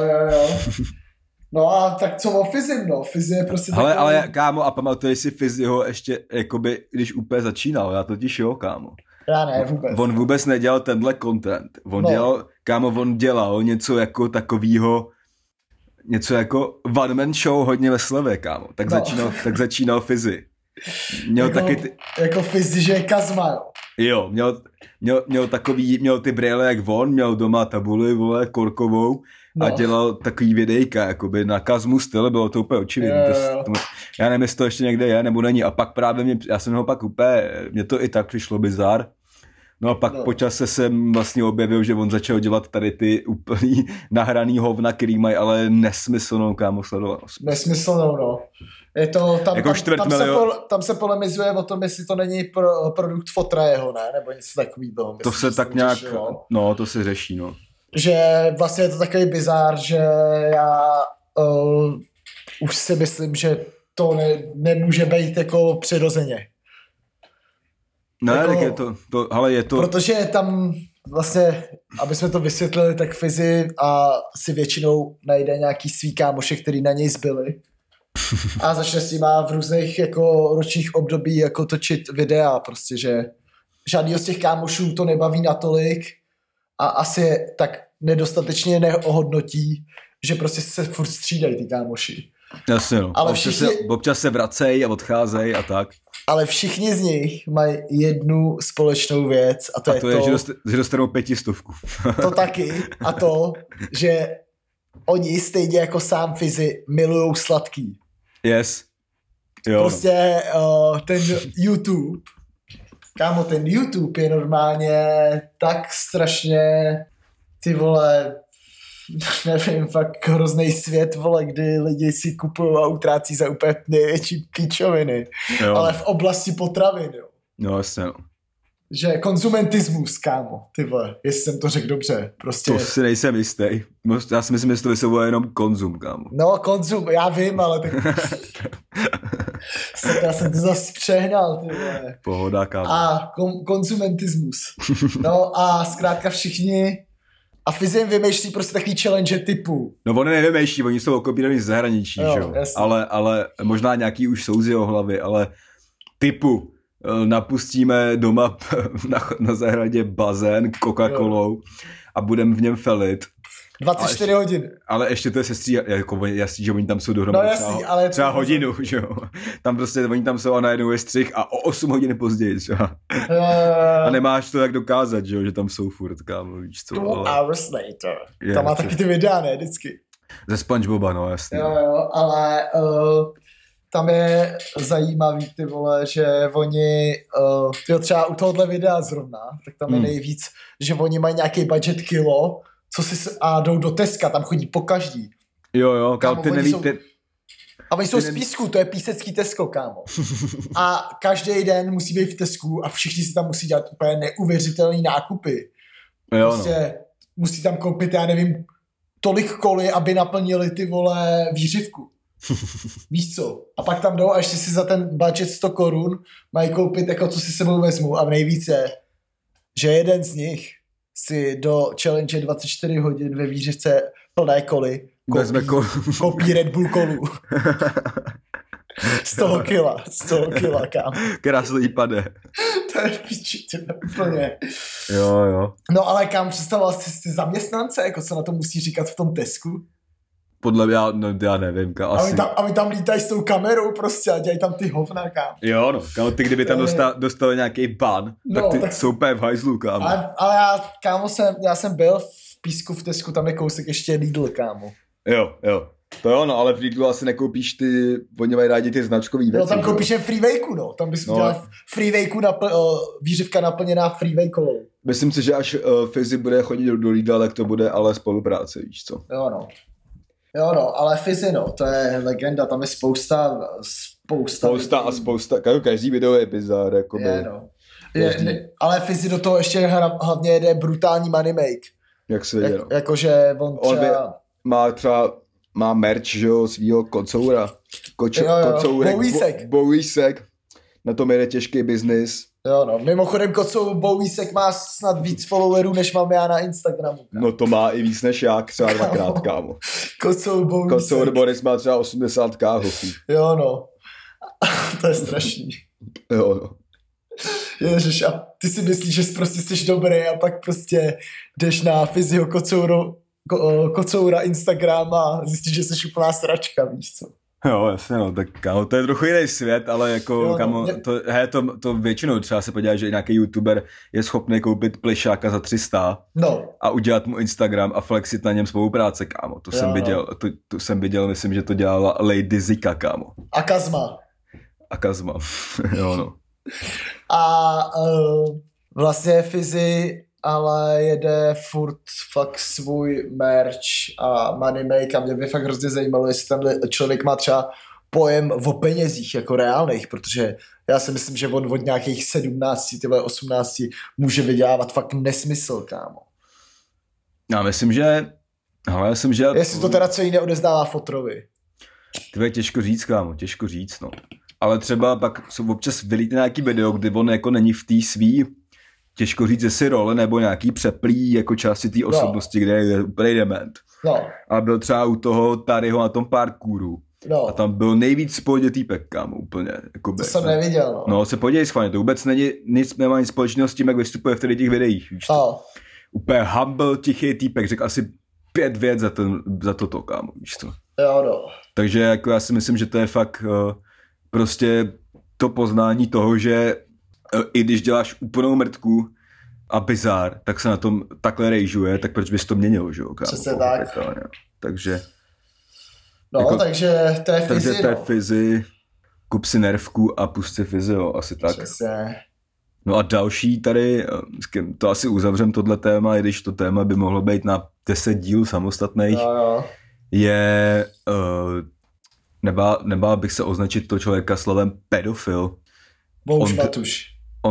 No a tak co o Fizzym, no? Fizzy je prostě hele, takový... Ale kámo, a pamatuješ si Fizzyho ještě, jakoby, když úplně začínal, já totiž jo, kámo. Já ne, vůbec. On vůbec nedělal tenhle content. On dělal něco jako takovýho, něco jako one man show hodně ve slevě, kámo. Tak začínal Fizzy. Měl jako Fizzy, že je Kazma, jo. Měl ty brýle jak on, měl doma tabuli, vole, korkovou a dělal takový videjka, jakoby na Kazmu styl, bylo to úplně očividné. Já nevím, jestli to ještě někde je, nebo není. A pak právě já jsem ho pak úplně, mně to i tak přišlo bizar. No a pak po čase jsem vlastně objevil, že on začal dělat tady ty úplný nahraný hovna, který mají ale nesmyslnou, kámo, sledovanost. Nesmyslnou, no. Je to, tam se polemizuje o tom, jestli to není produkt fotra jeho, ne? Nebo něco takového. To se tak nějak, no, to se řeší, no. Že vlastně je to takový bizár, že já už si myslím, že to nemůže být jako přirozeně. Ne, jako, tak je to... Protože tam vlastně, aby jsme to vysvětlili, tak Fizzy a si většinou najde nějaký svý kámoše, který na něj zbyli. A začne s nima v různých jako ročních období jako točit videa, prostě, že žádnýho z těch kámošů to nebaví natolik a asi tak nedostatečně neohodnotí, že prostě se furt střídají ty kámoši. Jasně, no. Ale občas se vracejí a odcházejí a tak. Ale všichni z nich mají jednu společnou věc a to je, že dostanou 500. To taky a to, že oni stejně jako sám Fizzy milujou sladký. Yes. Jo. Prostě ten YouTube, kámo, ten YouTube je normálně tak strašně, ty vole, nevím, fakt hrozný svět, vole, kdy lidi si kupují a utrácí za úplně největší píčoviny. Jo. Ale v oblasti potravin, jo. No, jasně, no. Že konzumentismus, kámo, ty vole, jestli jsem to řekl dobře, prostě. To si nejsem jistý. Já si myslím, že to vyslovuje jenom konzum, kámo. No, konzum, já vím, ale tak... Já jsem to zase přehnal, ty vole. Pohoda, kámo. A konzumentismus. No a zkrátka všichni... A Fizzy jim vymýšlí prostě takový challenge typu. No oni nevymýšlí, oni jsou okopírovaný z zahraničí, že jo. Ale možná nějaký už jsou z jeho hlavy, ale typu napustíme doma na zahradě bazén Coca-Colou a budeme v něm felit 24 hodin. Ale ještě to je sestří, jako jasný, že oni tam jsou dohromady třeba hodinu, že jo. Tam prostě oni tam jsou a najednou je střih a o 8 hodin později třeba. A nemáš to jak dokázat, že jo, že tam jsou furt, kámo, víš co. 2 hours later. Tam má taky ty videa, ne, vždycky. Ze SpongeBoba, no, jasně. Jo, ale tam je zajímavý, ty vole, že oni, třeba u tohohle videa zrovna, tak tam je nejvíc, že oni mají nějaký budget kilo, a jdou do Teska, tam chodí po každý. Jo, kámo, ty nevíte. A oni jsou z Písku, to je písecký Tesco, kámo. A každý den musí být v Tesku a všichni si tam musí dělat úplně neuvěřitelný nákupy. Jo, prostě musí tam koupit, já nevím, tolik koly, aby naplnili ty vole výřivku. Víš co? A pak tam jdou a ještě si za ten budget 100 korun mají koupit, jako co si sebou vezmu. A nejvíc je, že jeden z nich si do challenge 24 hodin ve výřivce plné koly koupí Red Bull kolu. z toho kila, kámo. Krásný pade. To je piči, úplně. Jo. No ale kam představoval jsi ty zaměstnance, jako co na to musí říkat v tom Tesku? Podle mě, já nevím, asi. A my tam lítají s tou kamerou prostě a dělají tam ty hovna, kámo. Jo, no, kámo, ty kdyby tam dostal nějaký ban, tak jsou úplně v hajzlu, kámo. Ale já jsem byl v Písku v Tesku, tam je kousek ještě Lidl, kámo. Jo. To jo, no, ale v Lidlu asi nekoupíš oni mají rádi ty značkový věci. No, tam koupíš jen freewayku, no. Tam bys udělal freewayku, výřivka naplněná freeway kolou. Myslím si, že až Fizzy bude chodit do Lidla, tak to bude ale spolupráce, víš co. Jo, no, ale Fizzy, no, to je legenda, tam je spousta. Každý video je bizár, jakoby. No. Ale Fizzy do toho ještě hlavně jede brutální money make. Jak se jde, no. Jakože on třeba... Má merch, že jo, svýho kocoura. Bowisek. Na tom jede těžký biznis. Jo, no. Mimochodem Bowisek má snad víc followerů, než mám já na Instagramu. Kámo. No to má i víc než já, třeba 2krát, kámo. Kocour Boris má třeba 80k. Jo, no. To je strašný. Jo, no. Ježiš, a ty si myslíš, že prostě jsi dobrý a pak prostě jdeš na Fizzyho Kocoura Instagram a zjistíš, že jsi úplná sračka, víš co? Jo, jasně, no, tak kámo, to je trochu jiný svět, ale jako, jo, kámo, to většinou třeba se podívá, že nějaký youtuber je schopný koupit plišáka za 300 a udělat mu Instagram a flexit na něm spolupráce, kámo, to jsem viděl, myslím, že to dělala Lady Zika, kámo. A Kazma, jo, no. A vlastně Fizzy ale jede furt fakt svůj merch a money make a mě by fakt hrozně zajímalo, jestli tam člověk má třeba pojem o penězích jako reálných, protože já si myslím, že on od nějakých 17, 18 může vydělávat fakt nesmysl, kámo. Já myslím, že... Jestli to teda celý neodezdává fotrovi. To je těžko říct, kámo, no. Ale třeba pak jsou občas vylítne nějaký video, kdy on jako není v té svý, těžko říct, jestli role nebo nějaký přeplý jako části té osobnosti, kde je úplný dement. No. A byl třeba u toho Tadyho na tom parkouru. No. A tam byl nejvíc v pohodě týpek, kámo, úplně. To jsem neviděl, no. No, se podívej schválně, to vůbec nemá nic společného s tím, jak vystupuje v těch videích, víš to. Úplně humble, tichý týpek, řekl asi 5 vět za toto, kámo, víš to. Jo, no. Takže jako já si myslím, že to je fakt prostě to poznání toho, že i když děláš úplnou mrtku a bizár, tak se na tom takhle rejžuje, tak proč bys to měnil, že jo, kámo? Přesně tak. Takže... No, jako, takže to je Fizzy, Takže to je Fizzy, kup si nervku a pust si Fizzy, jo, asi tak. Přesně. No a další tady, to asi uzavřem tohle téma, i když to téma by mohlo být na 10 díl samostatných, je... Nebál bych se označit to člověka slovem pedofil. Bouš Matuš.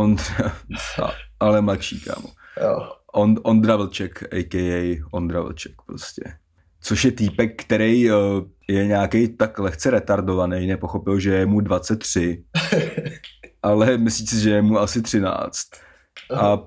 Ale mladší, kámo. Jo. Ondra Vlček, a.k.a. Ondra Vlček prostě. Což je týpek, který je nějaký tak lehce retardovaný, nepochopil, že je mu 23, ale myslí si, že je mu asi 13. A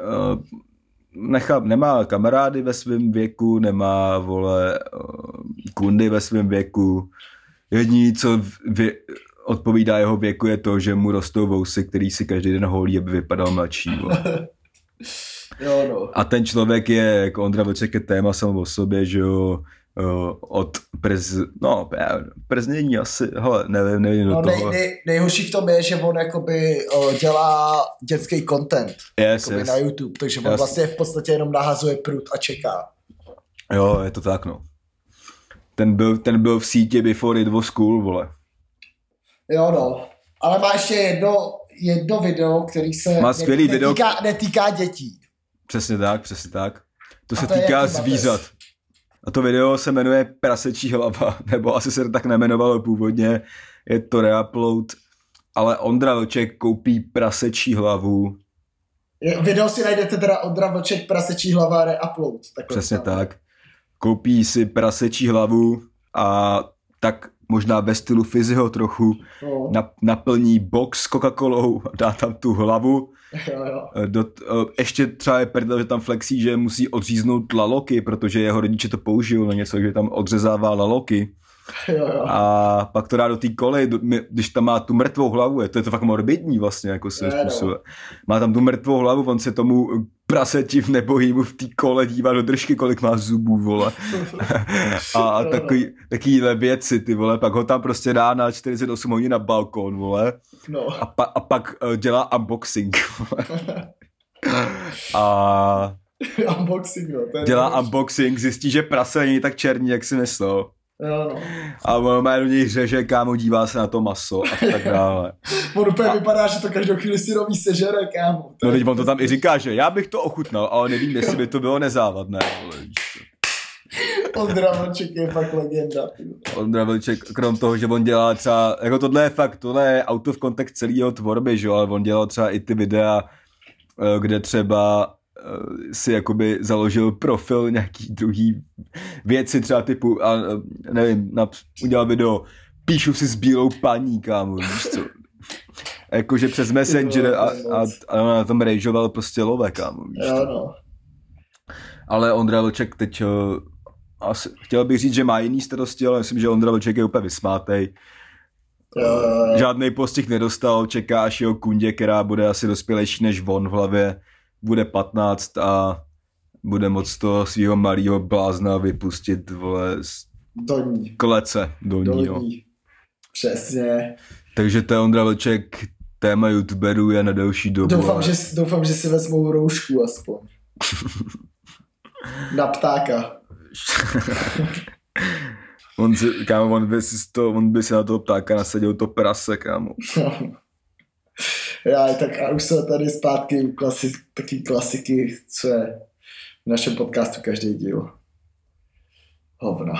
nemá kamarády ve svém věku, nemá, kundy ve svém věku. Jediné, co odpovídá jeho věku, je to, že mu rostou vousy, který si každý den holí, aby vypadal mladší. Jo, no. A ten člověk je, jako Ondra Vlček je téma sám o sobě, že jo, od preznění asi, hele, nevím do toho. Nejhorší v tom je, že on jakoby dělá dětský content yes. na YouTube, takže on vlastně v podstatě jenom nahazuje prut a čeká. Jo, je to tak, no. Ten byl v síti before it was cool, vole. Jo, no. Ale má ještě jedno video, který se netýká dětí. Přesně tak. To se týká zvířat. A to video se jmenuje Prasečí hlava, nebo asi se to tak nemenovalo původně, je to reupload, ale Ondra Vlček koupí prasečí hlavu. Video si najdete teda Ondra Vlček Prasečí hlava reupload. Přesně tak. Koupí si prasečí hlavu a tak možná ve stylu Fizzyho trochu naplní box s Coca-Colou, dá tam tu hlavu. Ještě třeba je prdel, že tam flexí, že musí odříznout laloky, protože jeho rodiče to použijou na něco, že tam odřezává laloky. A pak to dá do té kolej, když tam má tu mrtvou hlavu, to je to fakt morbidní vlastně, jako svým způsobem. Má tam tu mrtvou hlavu, on se tomu praseti v nebohýmu v té kole dívá do držky, kolik má zubů, vole. A takovýhle věci, ty vole, pak ho tam prostě dá na 48 hodin na balkón, vole. No. A pak dělá unboxing, vole. A unboxing, no. Dělá unboxing, zjistí, že prase není tak černý, jak si myslel. Jo, no. A on má do něj řeže, kámo, dívá se na to maso a tak dále. On úplně vypadá, že to každou chvíli syrový sežere, kámo. No teď on to tam i říká, že já bych to ochutnal, ale nevím, jestli by to bylo nezávadné. Ondra Vlček je fakt legenda. Ondra Vlček, krom toho, že on dělá třeba, jako tohle je out of context celého tvorby, že jo, ale on dělal třeba i ty videa, kde třeba si jakoby založil profil nějaký druhý věci, třeba typu, a nevím, udělal video, píšu si s bílou paní, kámo, víš co. Jakože přes Messenger a na tom rejžoval prostě love, kámo, víš co. No. Ale Ondra Vlček teď, chtěl bych říct, že má jiný starosti, ale myslím, že Ondra Vlček je úplně vysmátej. Žádnej postih nedostal, čeká až jeho kundě, která bude asi dospělejší než on v hlavě, bude 15 a bude moc toho svýho malýho blázna vypustit, vole, do ní. Klece do ní, no. Přesně. Takže to je Ondra Vlček, téma youtuberů je na delší dobu. Doufám, že si vezmou roušku aspoň. Na ptáka. On by si na toho ptáka nasadil to prase, kámo. Já, tak a už se tady zpátky u taky klasiky, co je v našem podcastu každý díl. Hovna.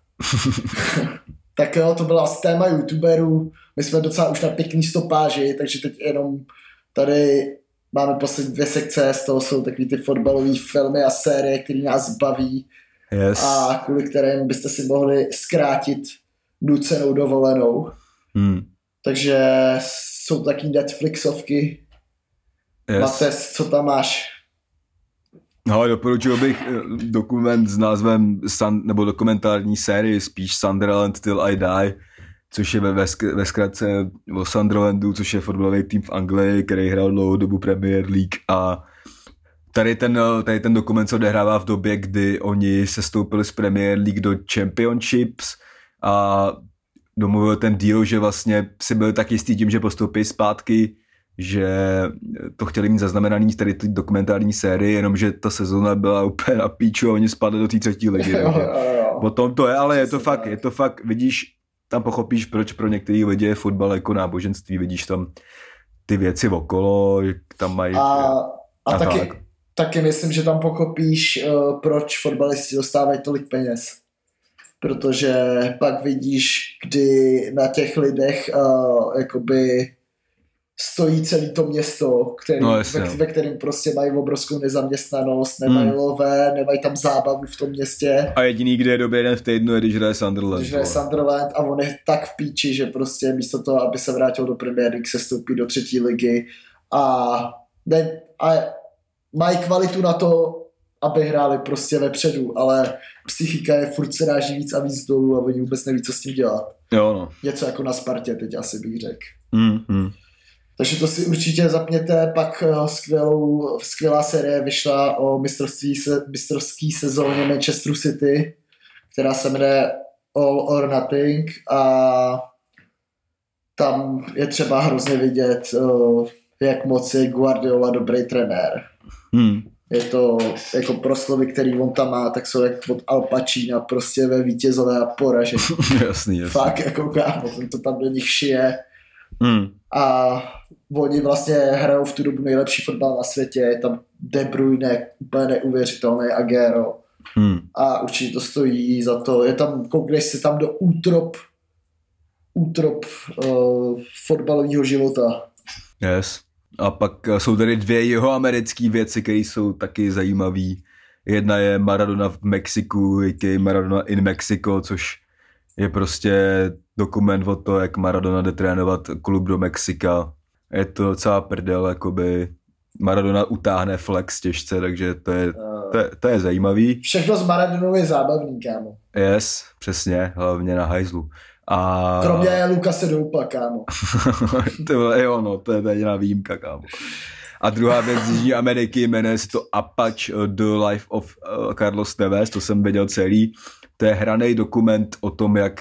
Tak jo, to byla asi téma youtuberů. My jsme docela už na pěkný stopáži, takže teď jenom tady máme poslední 2 sekce, z toho jsou takový ty fotbalové filmy a série, které nás baví. Yes. A kvůli kterým byste si mohli zkrátit nucenou dovolenou. Takže jsou taky Netflixovky. Yes. Mates, co tam máš? No, doporučil bych dokument s názvem, nebo dokumentární sérii, spíš Sunderland Till I Die, což je ve zkratce o Sunderlandu, což je fotbalový tým v Anglii, který hrál dlouhou dobu Premier League a tady ten dokument se odehrává v době, kdy oni sestoupili z Premier League do Championships a domluvil ten deal, že vlastně si byli tak jistý tím, že postoupí zpátky, že to chtěli mít zaznamenaný tady ty dokumentární série, jenomže ta sezona byla úplně na píču a oni spadli do té 3. ligy. O tom to je, ale je to fakt, vidíš, tam pochopíš, proč pro některý lidi je fotbal jako náboženství, vidíš tam ty věci okolo, tam mají... A taky myslím, že tam pochopíš, proč fotbalisti dostávají tolik peněz. Protože pak vidíš, kdy na těch lidech jakoby stojí celé to město, ve kterém prostě mají obrovskou nezaměstnanost, nemají lové, nemají tam zábavu v tom městě. A jediný, kde je dobrý den v týdnu, je když hraje Sunderland. A on je tak v píči, že prostě místo toho, aby se vrátil do Premier League, se stoupí do 3. ligy a mají kvalitu na to, aby hráli prostě vepředu, ale psychika je furt se ráží víc a víc dolů a oni vůbec neví, co s tím dělat. Jo, no. Něco jako na Spartě teď asi bych řekl. Takže to si určitě zapněte, pak skvělá série vyšla o mistrovské sezóně Manchesteru City, která se jmenuje All or Nothing a tam je třeba hrozně vidět, jak moc je Guardiola dobrý trenér. Je to jako proslovy, který on tam má, tak jsou jak od Al Pacina prostě ve Vítězové a poražení. Jasný. Fakt jako kámo, ten to tam do nich šije. A oni vlastně hrajou v tu dobu nejlepší fotbal na světě, je tam De Bruyne, úplně neuvěřitelný Aguero. A určitě to stojí za to. Je tam, koukneš se tam do útrop fotbalového života. Yes. A pak jsou tady dvě jihoamerické věci, které jsou taky zajímavé. Jedna je Maradona v Mexiku, a.k.a. Maradona in Mexico, což je prostě dokument o to, jak Maradona jde trénovat klub do Mexika. Je to docela prdel, jakoby Maradona utáhne flex těžce, takže to je zajímavý. Všechno s Maradonou je zábavný, kámo. Yes, přesně, hlavně na hajzlu. A... Kromě Lukase Doupa, kámo. To je jediná výjimka, kámo. A druhá věc z Jižní Ameriky, jmenuje se to Apache The Life of Carlos Tevez, to jsem viděl celý. To je hraný dokument o tom, jak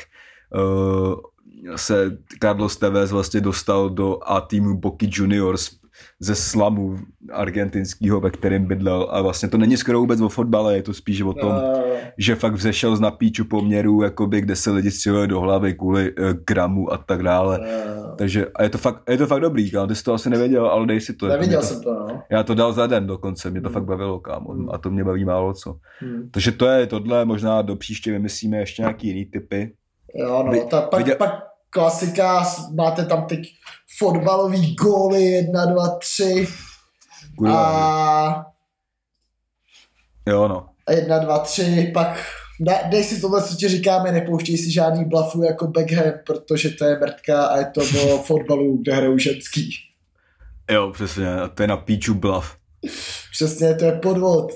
se Carlos Tevez vlastně dostal do A-týmu Boca Juniors ze slamu argentinského, ve kterém bydlel. A vlastně to není skoro vůbec o fotbale, je to spíš o tom, že fakt vzešel z napíču poměrů, jakoby, kde se lidi střelili do hlavy kvůli gramu a tak dále. Takže a je to fakt dobrý, kámo. Ty jsi to asi nevěděl, ale dej si to. Neviděl jsem to, no. Já to dal za den dokonce, mě to fakt bavilo, kámo. A to mě baví málo co. Takže to je tohle, možná do příště vymyslíme ještě nějaký jiný typy. Jo, no, pak klasika, máte tam teď fotbalový góly, 1, 2, 3. A... Jo, no. 1, 2, 3, pak dej si tohle, co ti říkáme, nepouštěj si žádný bluffů jako Beckham, protože to je mrtka a je to o fotbalu, kde hrajou ženský. Jo, přesně, a to je na píču bluff. Přesně, to je podvod.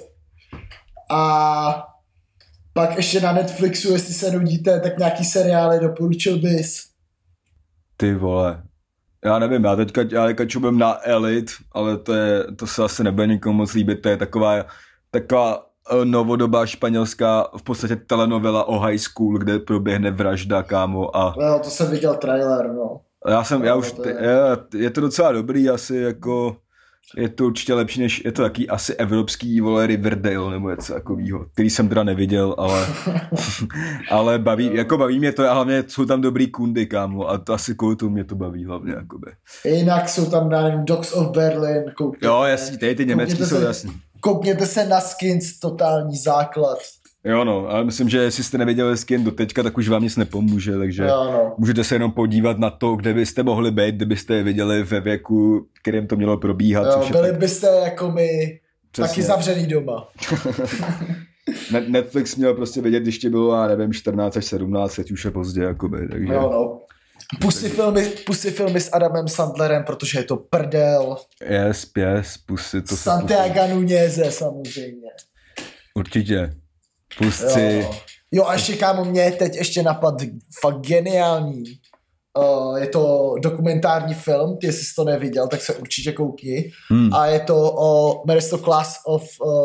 A pak ještě na Netflixu, jestli se nudíte, tak nějaký seriály doporučil bys. Ty vole. Já nevím, já teďka čubem na Elite, ale to se asi nebude nikomu moc líbit, to je taková novodobá španělská v podstatě telenovela o high school, kde proběhne vražda, kámo. A... No, to jsem viděl trailer, no. Je to docela dobrý, asi jako, je to určitě lepší než, je to taký asi evropský, vole, Riverdale, nebo něco takovýho, který jsem teda neviděl, ale baví mě to a hlavně jsou tam dobrý kundy, kámo, a to asi kvůli tomu mě to baví hlavně, jakoby. Jinak jsou tam, nevím, Dogs of Berlin, koukněte. Jo, jasný, ty německý jsou jasný. Koukněte se na Skins, totální základ. Jo no, ale myslím, že jestli jste neviděli Skin do teďka, tak už vám nic nepomůže, takže můžete se jenom podívat na to, kde byste mohli být, kdybyste je viděli ve věku, kterým to mělo probíhat. Jo, byli byste jako my, přesně. Taky zavřený doma. Netflix měl prostě vědět, když ti bylo, já nevím, 14 až 17, teď už je pozdě, jakoby, takže... Jo no. Pusy filmy s Adamem Sandlerem, protože je to prdel. Yes, pusy. To Santiago Núñeze samozřejmě. Určitě. Pusy. Jo a ještě kámo, mě teď ještě napadl fakt geniální. Je to dokumentární film, jestli jsi to neviděl, tak se určitě koukni. A je to jmenuje se to Class of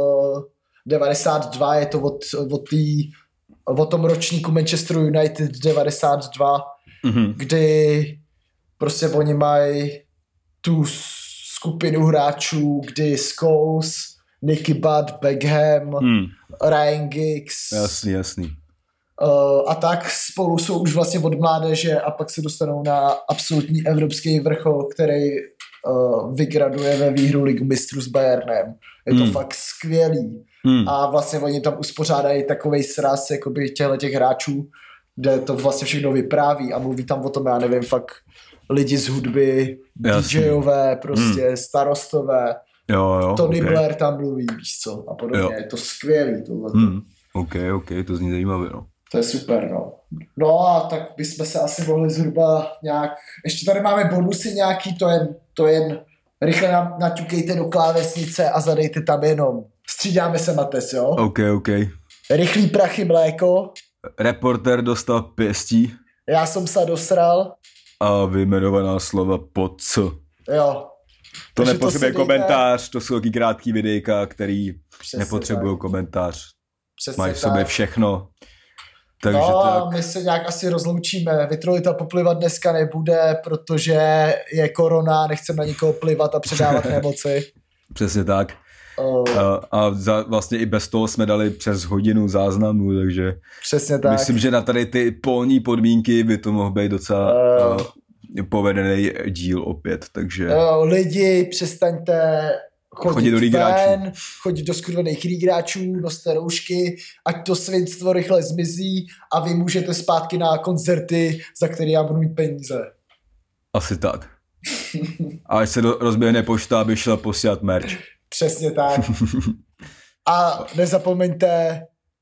92, je to o tom ročníku Manchester United 92, kdy prostě oni mají tu skupinu hráčů, kdy Scholes, Nicky Butt, Beckham, Ryan Giggs. Jasný. A tak spolu jsou už vlastně od mládeže a pak se dostanou na absolutní evropský vrchol, který vygraduje ve výhru Ligu mistrů s Bayernem. Je to fakt skvělý. A vlastně oni tam uspořádají takovej sraz jakoby těch hráčů, kde to vlastně všechno vypráví a mluví tam o tom, já nevím, fakt lidi z hudby, DJové, prostě starostové. Jo, Tony Blair tam mluví, víš co, a podobně. Jo. Je to skvělý tohleto. OK, to zní zajímavé, no. To je super, no. No a tak bychom se asi mohli zhruba nějak... Ještě tady máme bonusy nějaký, to jen rychle naťukejte do klávesnice a zadejte tam jenom. Střídáme se, Mates, jo? OK. Rychlý prachy mléko. Reportér dostal pěstí. Já jsem se dosral. A vyjmenovaná slova pod co. Jo. To nepotřebuje komentář, to jsou taky krátký videjka, který nepotřebují komentář. Přesně mají v sobě všechno. Takže tak. My se nějak asi rozloučíme. Vytrolita poplivat dneska nebude, protože je korona, nechceme na nikoho plivat a předávat nemoci. Přesně tak. A vlastně i bez toho jsme dali přes hodinu záznamu, takže přesně tak. Myslím, že na tady ty polní podmínky by to mohl být docela povedený díl opět, takže... Lidi, přestaňte chodit do ven, chodit do skurvených hráčů, noste roušky, ať to svinstvo rychle zmizí a vy můžete zpátky na koncerty, za které já budu mít peníze. Asi tak. A až se rozběhne pošta, aby šla posílat merch. Přesně tak. A nezapomeňte,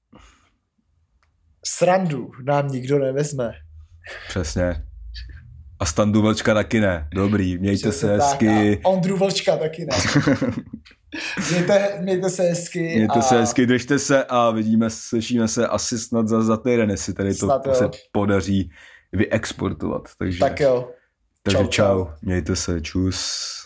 srandu nám nikdo nevezme. Přesně. A Standu Vlčka taky ne. Dobrý, mějte přesně se hezky. A Ondru Vlčka taky ne. Mějte se hezky. Mějte se hezky, držte se a slyšíme se asi snad za týden, jestli tady to se podaří vyexportovat. Takže, tak jo. Takže čau. Mějte se, čus.